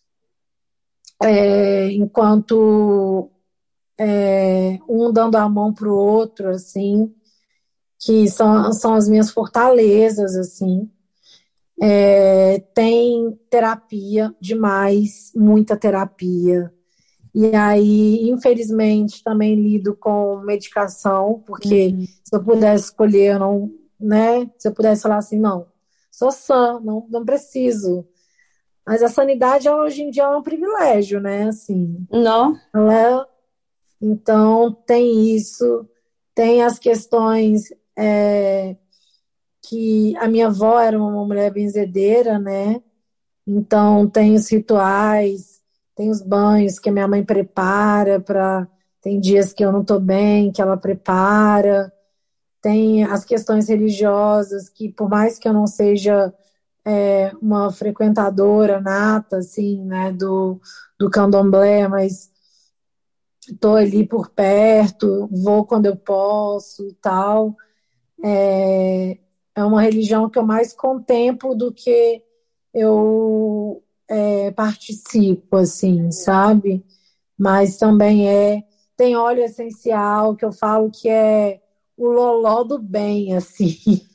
é, enquanto é, um dando a mão pro outro, assim, que são, são as minhas fortalezas, assim. É, tem terapia demais, muita terapia. E aí, infelizmente, também lido com medicação, porque Uhum. se eu pudesse escolher, eu não, né? Se eu pudesse falar assim, não, sou sã, não, não preciso. Mas a sanidade hoje em dia é um privilégio, né? Assim, Não? ela, então tem isso, tem as questões é, que a minha avó era uma mulher benzedeira, né? Então, tem os rituais, tem os banhos que a minha mãe prepara para. Tem dias que eu não estou bem, que ela prepara. Tem as questões religiosas, que por mais que eu não seja é, uma frequentadora nata, assim, né, do, do candomblé, mas estou ali por perto, vou quando eu posso e tal. É, é uma religião que eu mais contemplo do que eu é, participo, assim, sabe? Mas também é. Tem óleo essencial que eu falo que é o loló do bem, assim.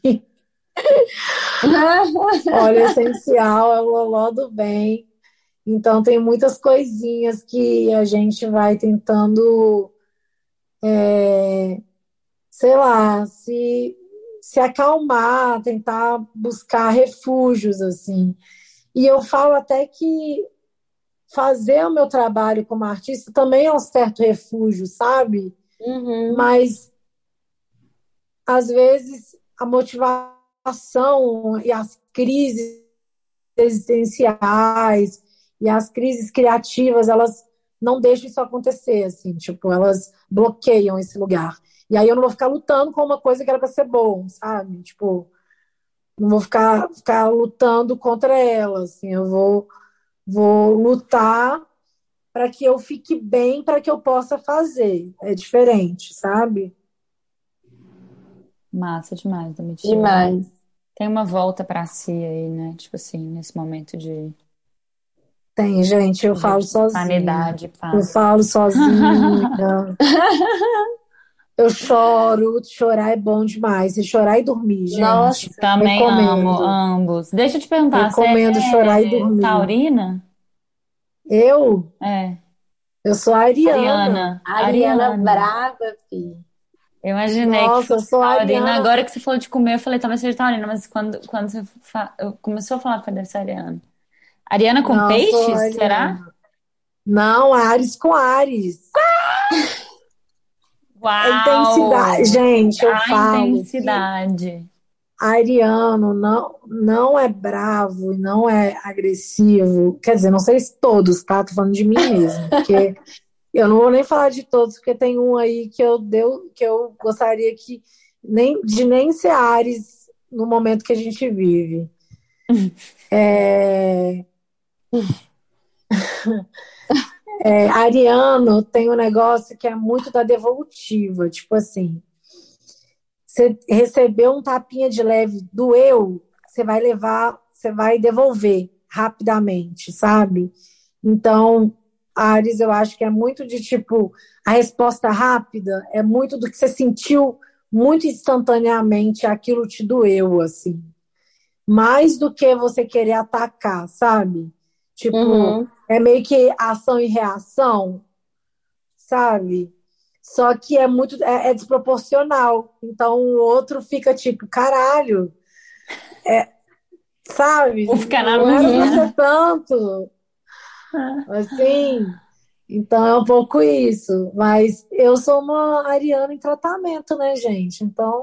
Óleo essencial é o loló do bem. Então tem muitas coisinhas que a gente vai tentando, é, sei lá, se, se acalmar, tentar buscar refúgios, assim. E eu falo até que fazer o meu trabalho como artista também é um certo refúgio, sabe? Uhum. Mas, às vezes, a motivação e as crises existenciais e as crises criativas, elas não deixam isso acontecer, assim, tipo, elas bloqueiam esse lugar. E aí eu não vou ficar lutando com uma coisa que era para ser bom, sabe? Tipo, não vou ficar, ficar lutando contra ela, assim, eu vou, vou lutar para que eu fique bem, para que eu possa fazer. É diferente, sabe? Massa demais, Domitila. Demais. Tem uma volta pra si aí, né? Tipo assim, nesse momento de, Tem, gente, eu falo de sozinha. sanidade, Eu paz. falo sozinha. Eu choro. Chorar é bom demais. E chorar e dormir, gente. Nossa, Também amo Recomendo. ambos. Deixa eu te perguntar, você Recomendo chorar e é dormir. taurina? Eu, É. eu sou ariana. Ariana. Ariana Ariana. brava, fi. Eu imaginei que Nossa, eu fosse sou taurina. ariana. Agora que você falou de comer, eu falei, talvez seja taurina, mas quando, quando você fa... eu- começou a falar, foi deve ser ariana. Ariana com Não, eu sou peixes, será? ariana. Não, Ares com Ares. É intensidade. Uau! Gente, eu A falo que intensidade. ariano não, não é bravo e não é agressivo. Quer dizer, não sei se todos, tá? Tô falando de mim mesmo, porque eu não vou nem falar de todos, porque tem um aí que eu deu, que eu gostaria que nem de nem ser Ares no momento que a gente vive. É, é, ariano tem um negócio que é muito da devolutiva, tipo assim, você recebeu um tapinha de leve, doeu, você vai levar, você vai devolver rapidamente, sabe? Então, Ares, eu acho que é muito de tipo, a resposta rápida é muito do que você sentiu muito instantaneamente, aquilo te doeu, assim. Mais do que você querer atacar, sabe? Tipo, Uhum. é meio que ação e reação, sabe? Só que é muito, é, é desproporcional. Então o outro fica tipo, caralho, Vou sabe? ficar na Não era pra ser minha. tanto, assim. Então é um pouco isso. Mas eu sou uma ariana em tratamento, né, gente? Então,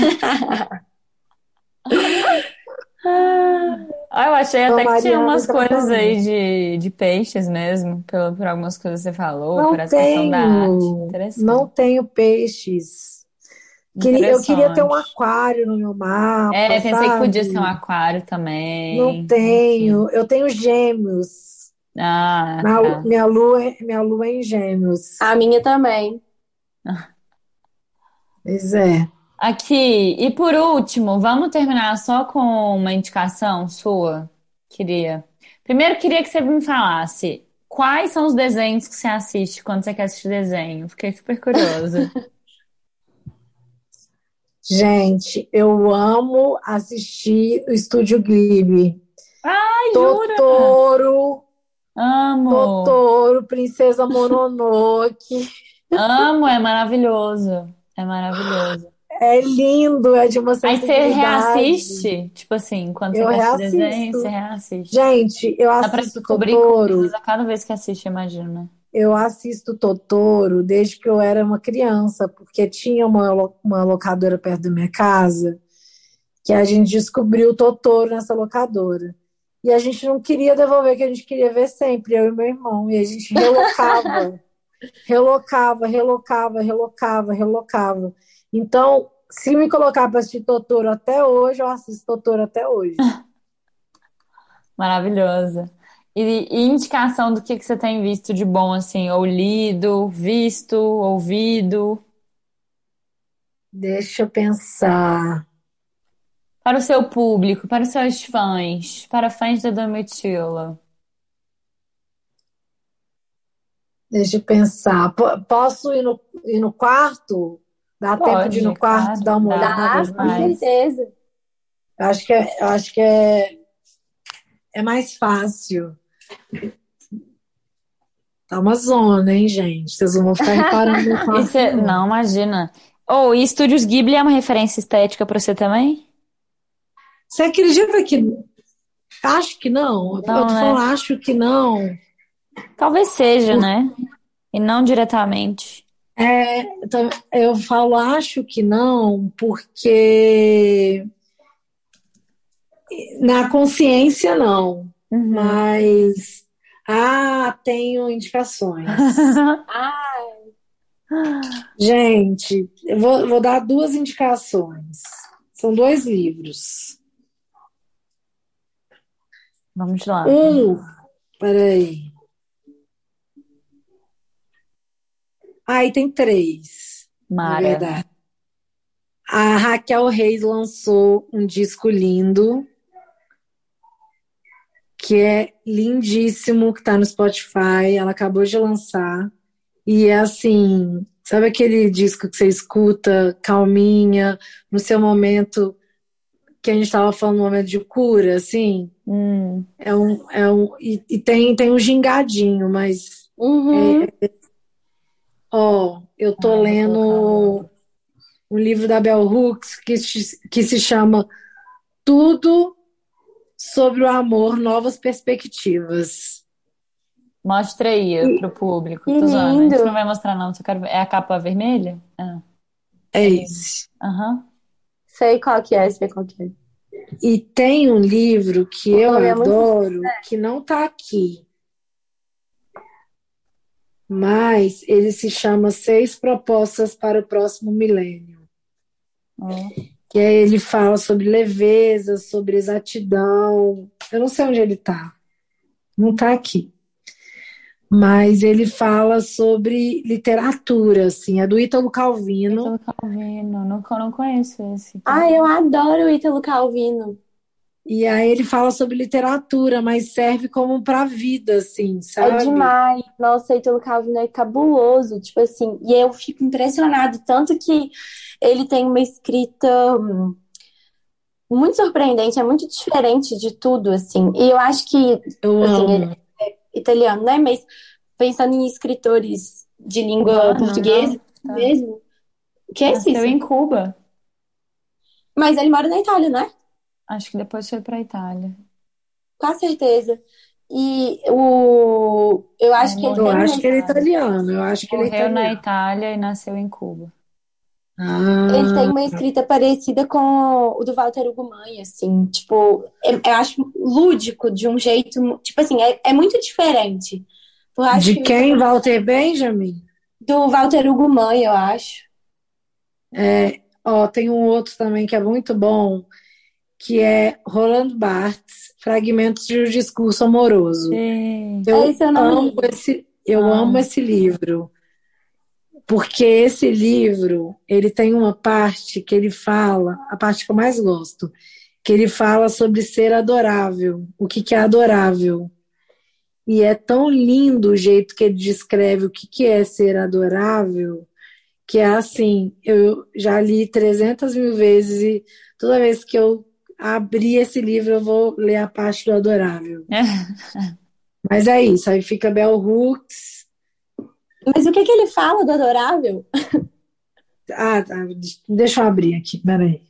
Ah, eu achei sou até uma que tinha ariana em umas coisas aí tratamento. de, de peixes mesmo, pelo, por algumas coisas que você falou, por Não essa questão da arte. tenho, não Interessante. tenho peixes. Queria- Eu queria ter um Interessante. aquário no meu mapa, É, pensei que podia ser um sabe? aquário Não também. Enfim. tenho. Eu tenho gêmeos. Ah, Na- tá. minha lua, é- minha lua é em Gêmeos. A minha também. Pois é. Aqui, e por último, vamos terminar só com uma indicação sua? Queria. Primeiro, queria que você me falasse quais são os desenhos que você assiste quando você quer assistir desenho. Fiquei super curiosa. Gente, eu amo assistir o Estúdio Ghibli. Ai, jura? Totoro, Amo! Totoro, Princesa Mononoke. Amo, é maravilhoso. É maravilhoso. É lindo, é de uma Aí você sensibilidade. reassiste, tipo assim, quando você Eu quer assistir desenho, você reassisto. reassiste. Gente, eu Dá pra assisto descobrir Totoro. coisas a cada vez que assiste, imagino, né? Eu assisto Totoro desde que eu era uma criança, porque tinha uma, lo- uma locadora perto da minha casa que a gente descobriu o Totoro nessa locadora. E a gente não queria devolver, que a gente queria ver sempre, eu e meu irmão. E a gente relocava, relocava, relocava, relocava, relocava. Então, se me colocar para assistir Totoro até hoje, eu assisto Totoro até hoje. Maravilhosa. E, e indicação do que, que você tem visto de bom, assim, ou lido, visto, ouvido, Deixa eu pensar. para o seu público, para os seus fãs, para fãs da Domitila. Deixa eu pensar. Po- Posso ir no, ir no quarto? Dá tempo de ir Pode, no quarto claro, dar uma dá, olhada Ah, com junto? mas certeza. Eu acho que é, eu acho que é, é mais fácil. Tá uma zona, hein, gente? Vocês não vão ficar reparando no e quarto, você, não. não, imagina. Ou e Estúdios Ghibli é uma referência estética para você também? Você acredita que. Acho que não. Eu Não, tô falando, né? acho que não. Talvez seja, né? E não diretamente. É, então, eu falo, acho que não, porque na consciência não. Uhum. Mas. Ah, tenho indicações. Ah, Gente, eu vou, vou dar duas indicações. São dois livros. Vamos lá. Um, peraí. Aí tem três, na Mara. verdade. A Raquel Reis lançou um disco lindo, que é lindíssimo, que tá no Spotify. Ela acabou de lançar. E é assim, sabe aquele disco que você escuta calminha, no seu momento que a gente estava falando, no momento de cura, assim? Hum. É um, é um, e, e tem, tem um gingadinho, mas, uhum. ó, eu tô Ah, eu vou colocar. lendo um livro da Bell Hooks que, se- que se chama Tudo sobre o Amor, Novas Perspectivas. Mostra aí E pro público. Que Tô zoando. A gente não lindo. vai mostrar, não. Só quero ver. É a capa vermelha? Ah, é é lindo. esse. Aham. Sei qual que é, sei qual que é. E tem um livro que O eu nome é muito. adoro, que não tá aqui, mas ele se chama Seis Propostas para o Próximo Milênio. Ó. Que aí ele fala sobre leveza, sobre exatidão. Eu não sei onde ele tá, não tá aqui. Mas ele fala sobre literatura, assim, é do Ítalo Calvino. Ítalo Calvino. Não, não conheço esse. Ah, eu adoro o Ítalo Calvino. E aí ele fala sobre literatura, mas serve como para a vida, assim, É sabe? demais. Nossa, Ítalo Calvino é cabuloso, tipo assim. E eu fico impressionado, tanto que ele tem uma escrita hum, muito surpreendente, é muito diferente de tudo, assim. E eu acho que, Eu assim, ele amo. é italiano, né? Mas pensando em escritores de língua Cubano, portuguesa não? Tá. mesmo, o que é Nasceu isso? em Cuba. Mas ele mora na Itália, né? Acho que depois foi pra Itália. Com certeza. E o, eu Aí acho que ele Eu morreu tem na uma, acho que ele é Itália. italiano, eu acho que ele é Morreu na italiano. Itália e nasceu em Cuba. ele tem Ah, uma escrita parecida com o do Walter Ugumãe, assim, tipo, eu, eu acho lúdico de um jeito, tipo assim, é, é muito diferente. Eu acho de que o quem? Ugumãe, Walter Benjamin? do Walter Ugumãe, eu acho. É, ó, tem um outro também que é muito bom, que é Roland Barthes, Fragmentos de um Discurso Amoroso. Sim. Eu, Esse eu não amo li. esse, eu Ah. amo esse livro, porque esse livro, ele tem uma parte que ele fala, a parte que eu mais gosto, que ele fala sobre ser adorável, o que, que é adorável. E é tão lindo o jeito que ele descreve o que, que é ser adorável, que é assim, eu já li trezentas mil vezes e toda vez que eu abrir esse livro eu vou ler a parte do adorável. Mas é isso, aí fica Bell Hooks. Mas o que, que ele fala do adorável? Ah, tá, deixa eu abrir aqui, peraí.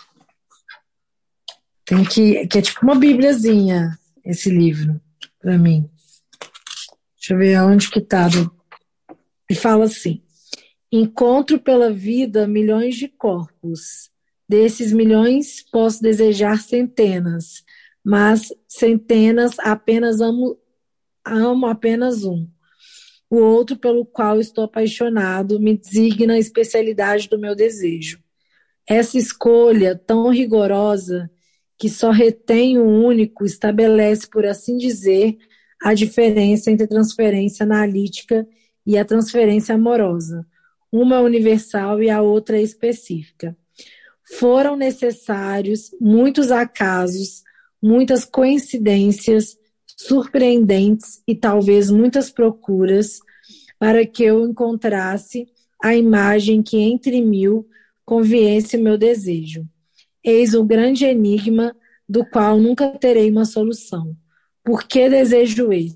Tem que, que é tipo uma bibliazinha esse livro, pra mim. Deixa eu ver aonde que tá. E fala assim: encontro pela vida milhões de corpos. Desses milhões posso desejar centenas, mas centenas apenas amo, amo apenas um. O outro pelo qual estou apaixonado me designa a especialidade do meu desejo. Essa escolha tão rigorosa que só retém o único estabelece, por assim dizer, a diferença entre a transferência analítica e a transferência amorosa. Uma é universal e a outra é específica. Foram necessários muitos acasos, muitas coincidências surpreendentes e talvez muitas procuras para que eu encontrasse a imagem que entre mil conviesse o meu desejo. Eis o grande enigma do qual nunca terei uma solução. Por que desejo esse?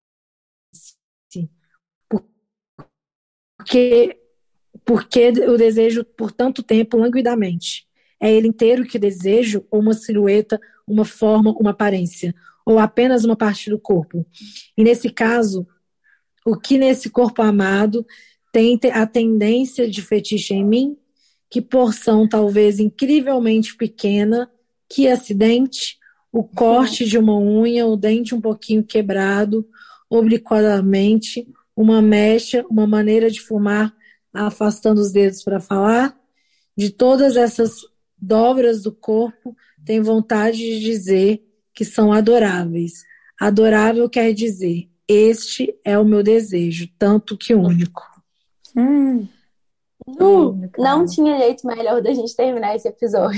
Porque, porque o desejo por tanto tempo languidamente? É ele inteiro que desejo, ou uma silhueta, uma forma, uma aparência, ou apenas uma parte do corpo? E nesse caso, o que nesse corpo amado tem a tendência de fetiche em mim? Que porção talvez incrivelmente pequena, que acidente, o corte de uma unha, o dente um pouquinho quebrado, obliquadamente, uma mecha, uma maneira de fumar afastando os dedos para falar? De todas essas dobras do corpo, tem vontade de dizer que são adoráveis. Adorável quer dizer, este é o meu desejo, tanto que único. Hum. Nu, Lindo, não cara. tinha jeito melhor da gente terminar esse episódio.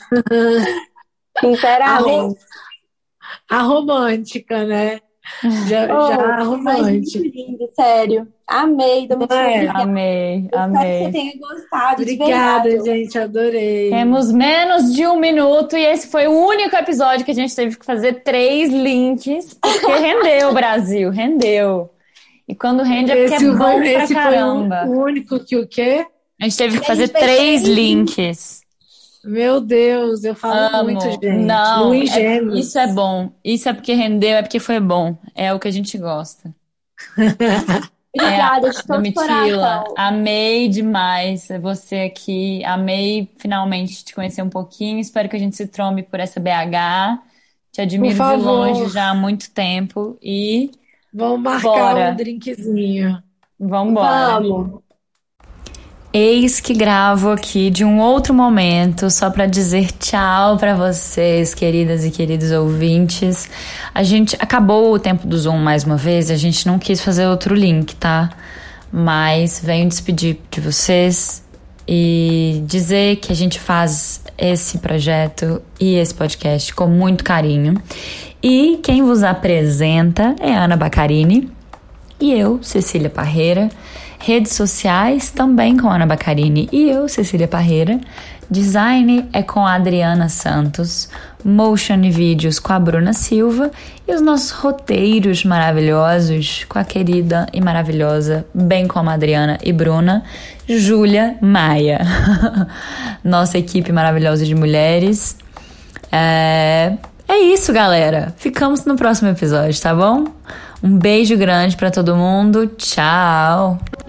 A, Sinceramente. ro- a romântica, né? Já, já a Oh, mas muito romântica. lindo, sério. Amei, Domitila, Não é? obrigada. Amei, Eu espero que você amei. tenha gostado, de Obrigada, verdade. gente, adorei. Temos menos de um minuto e esse foi o único episódio que a gente teve que fazer três links, porque rendeu, Brasil, rendeu. E quando rende é porque Esse é bom foi, pra esse foi caramba. o, o único que o quê? A gente teve que A fazer gente fez três três links. Meu Deus, eu falo muito, Amo. gente. Não, Luiz é- Gêmeos. isso é bom. Isso é porque rendeu, é porque foi bom. É o que a gente gosta. Obrigada, de todo Domitila, coração. amei demais você aqui. Amei finalmente te conhecer um pouquinho. Espero que a gente se trombe por essa B H. Te admiro Por de favor. longe já há muito tempo. E Vamos marcar Bora. um drinkzinho. vambora. Vamos. Eis que gravo aqui de um outro momento, só para dizer tchau para vocês, queridas e queridos ouvintes. A gente acabou o tempo do Zoom mais uma vez, a gente não quis fazer outro link, tá? Mas venho despedir de vocês e dizer que a gente faz esse projeto e esse podcast com muito carinho. E quem vos apresenta é a Ana Baccarini e eu, Cecília Parreira. Redes sociais também com a Ana Baccarini e eu, Cecília Parreira. Design é com a Adriana Santos. Motion e vídeos com a Bruna Silva. E os nossos roteiros maravilhosos com a querida e maravilhosa, bem como a Adriana e Bruna, Júlia Maia. Nossa equipe maravilhosa de mulheres. É... é isso, galera. Ficamos no próximo episódio, tá bom? Um beijo grande pra todo mundo. Tchau!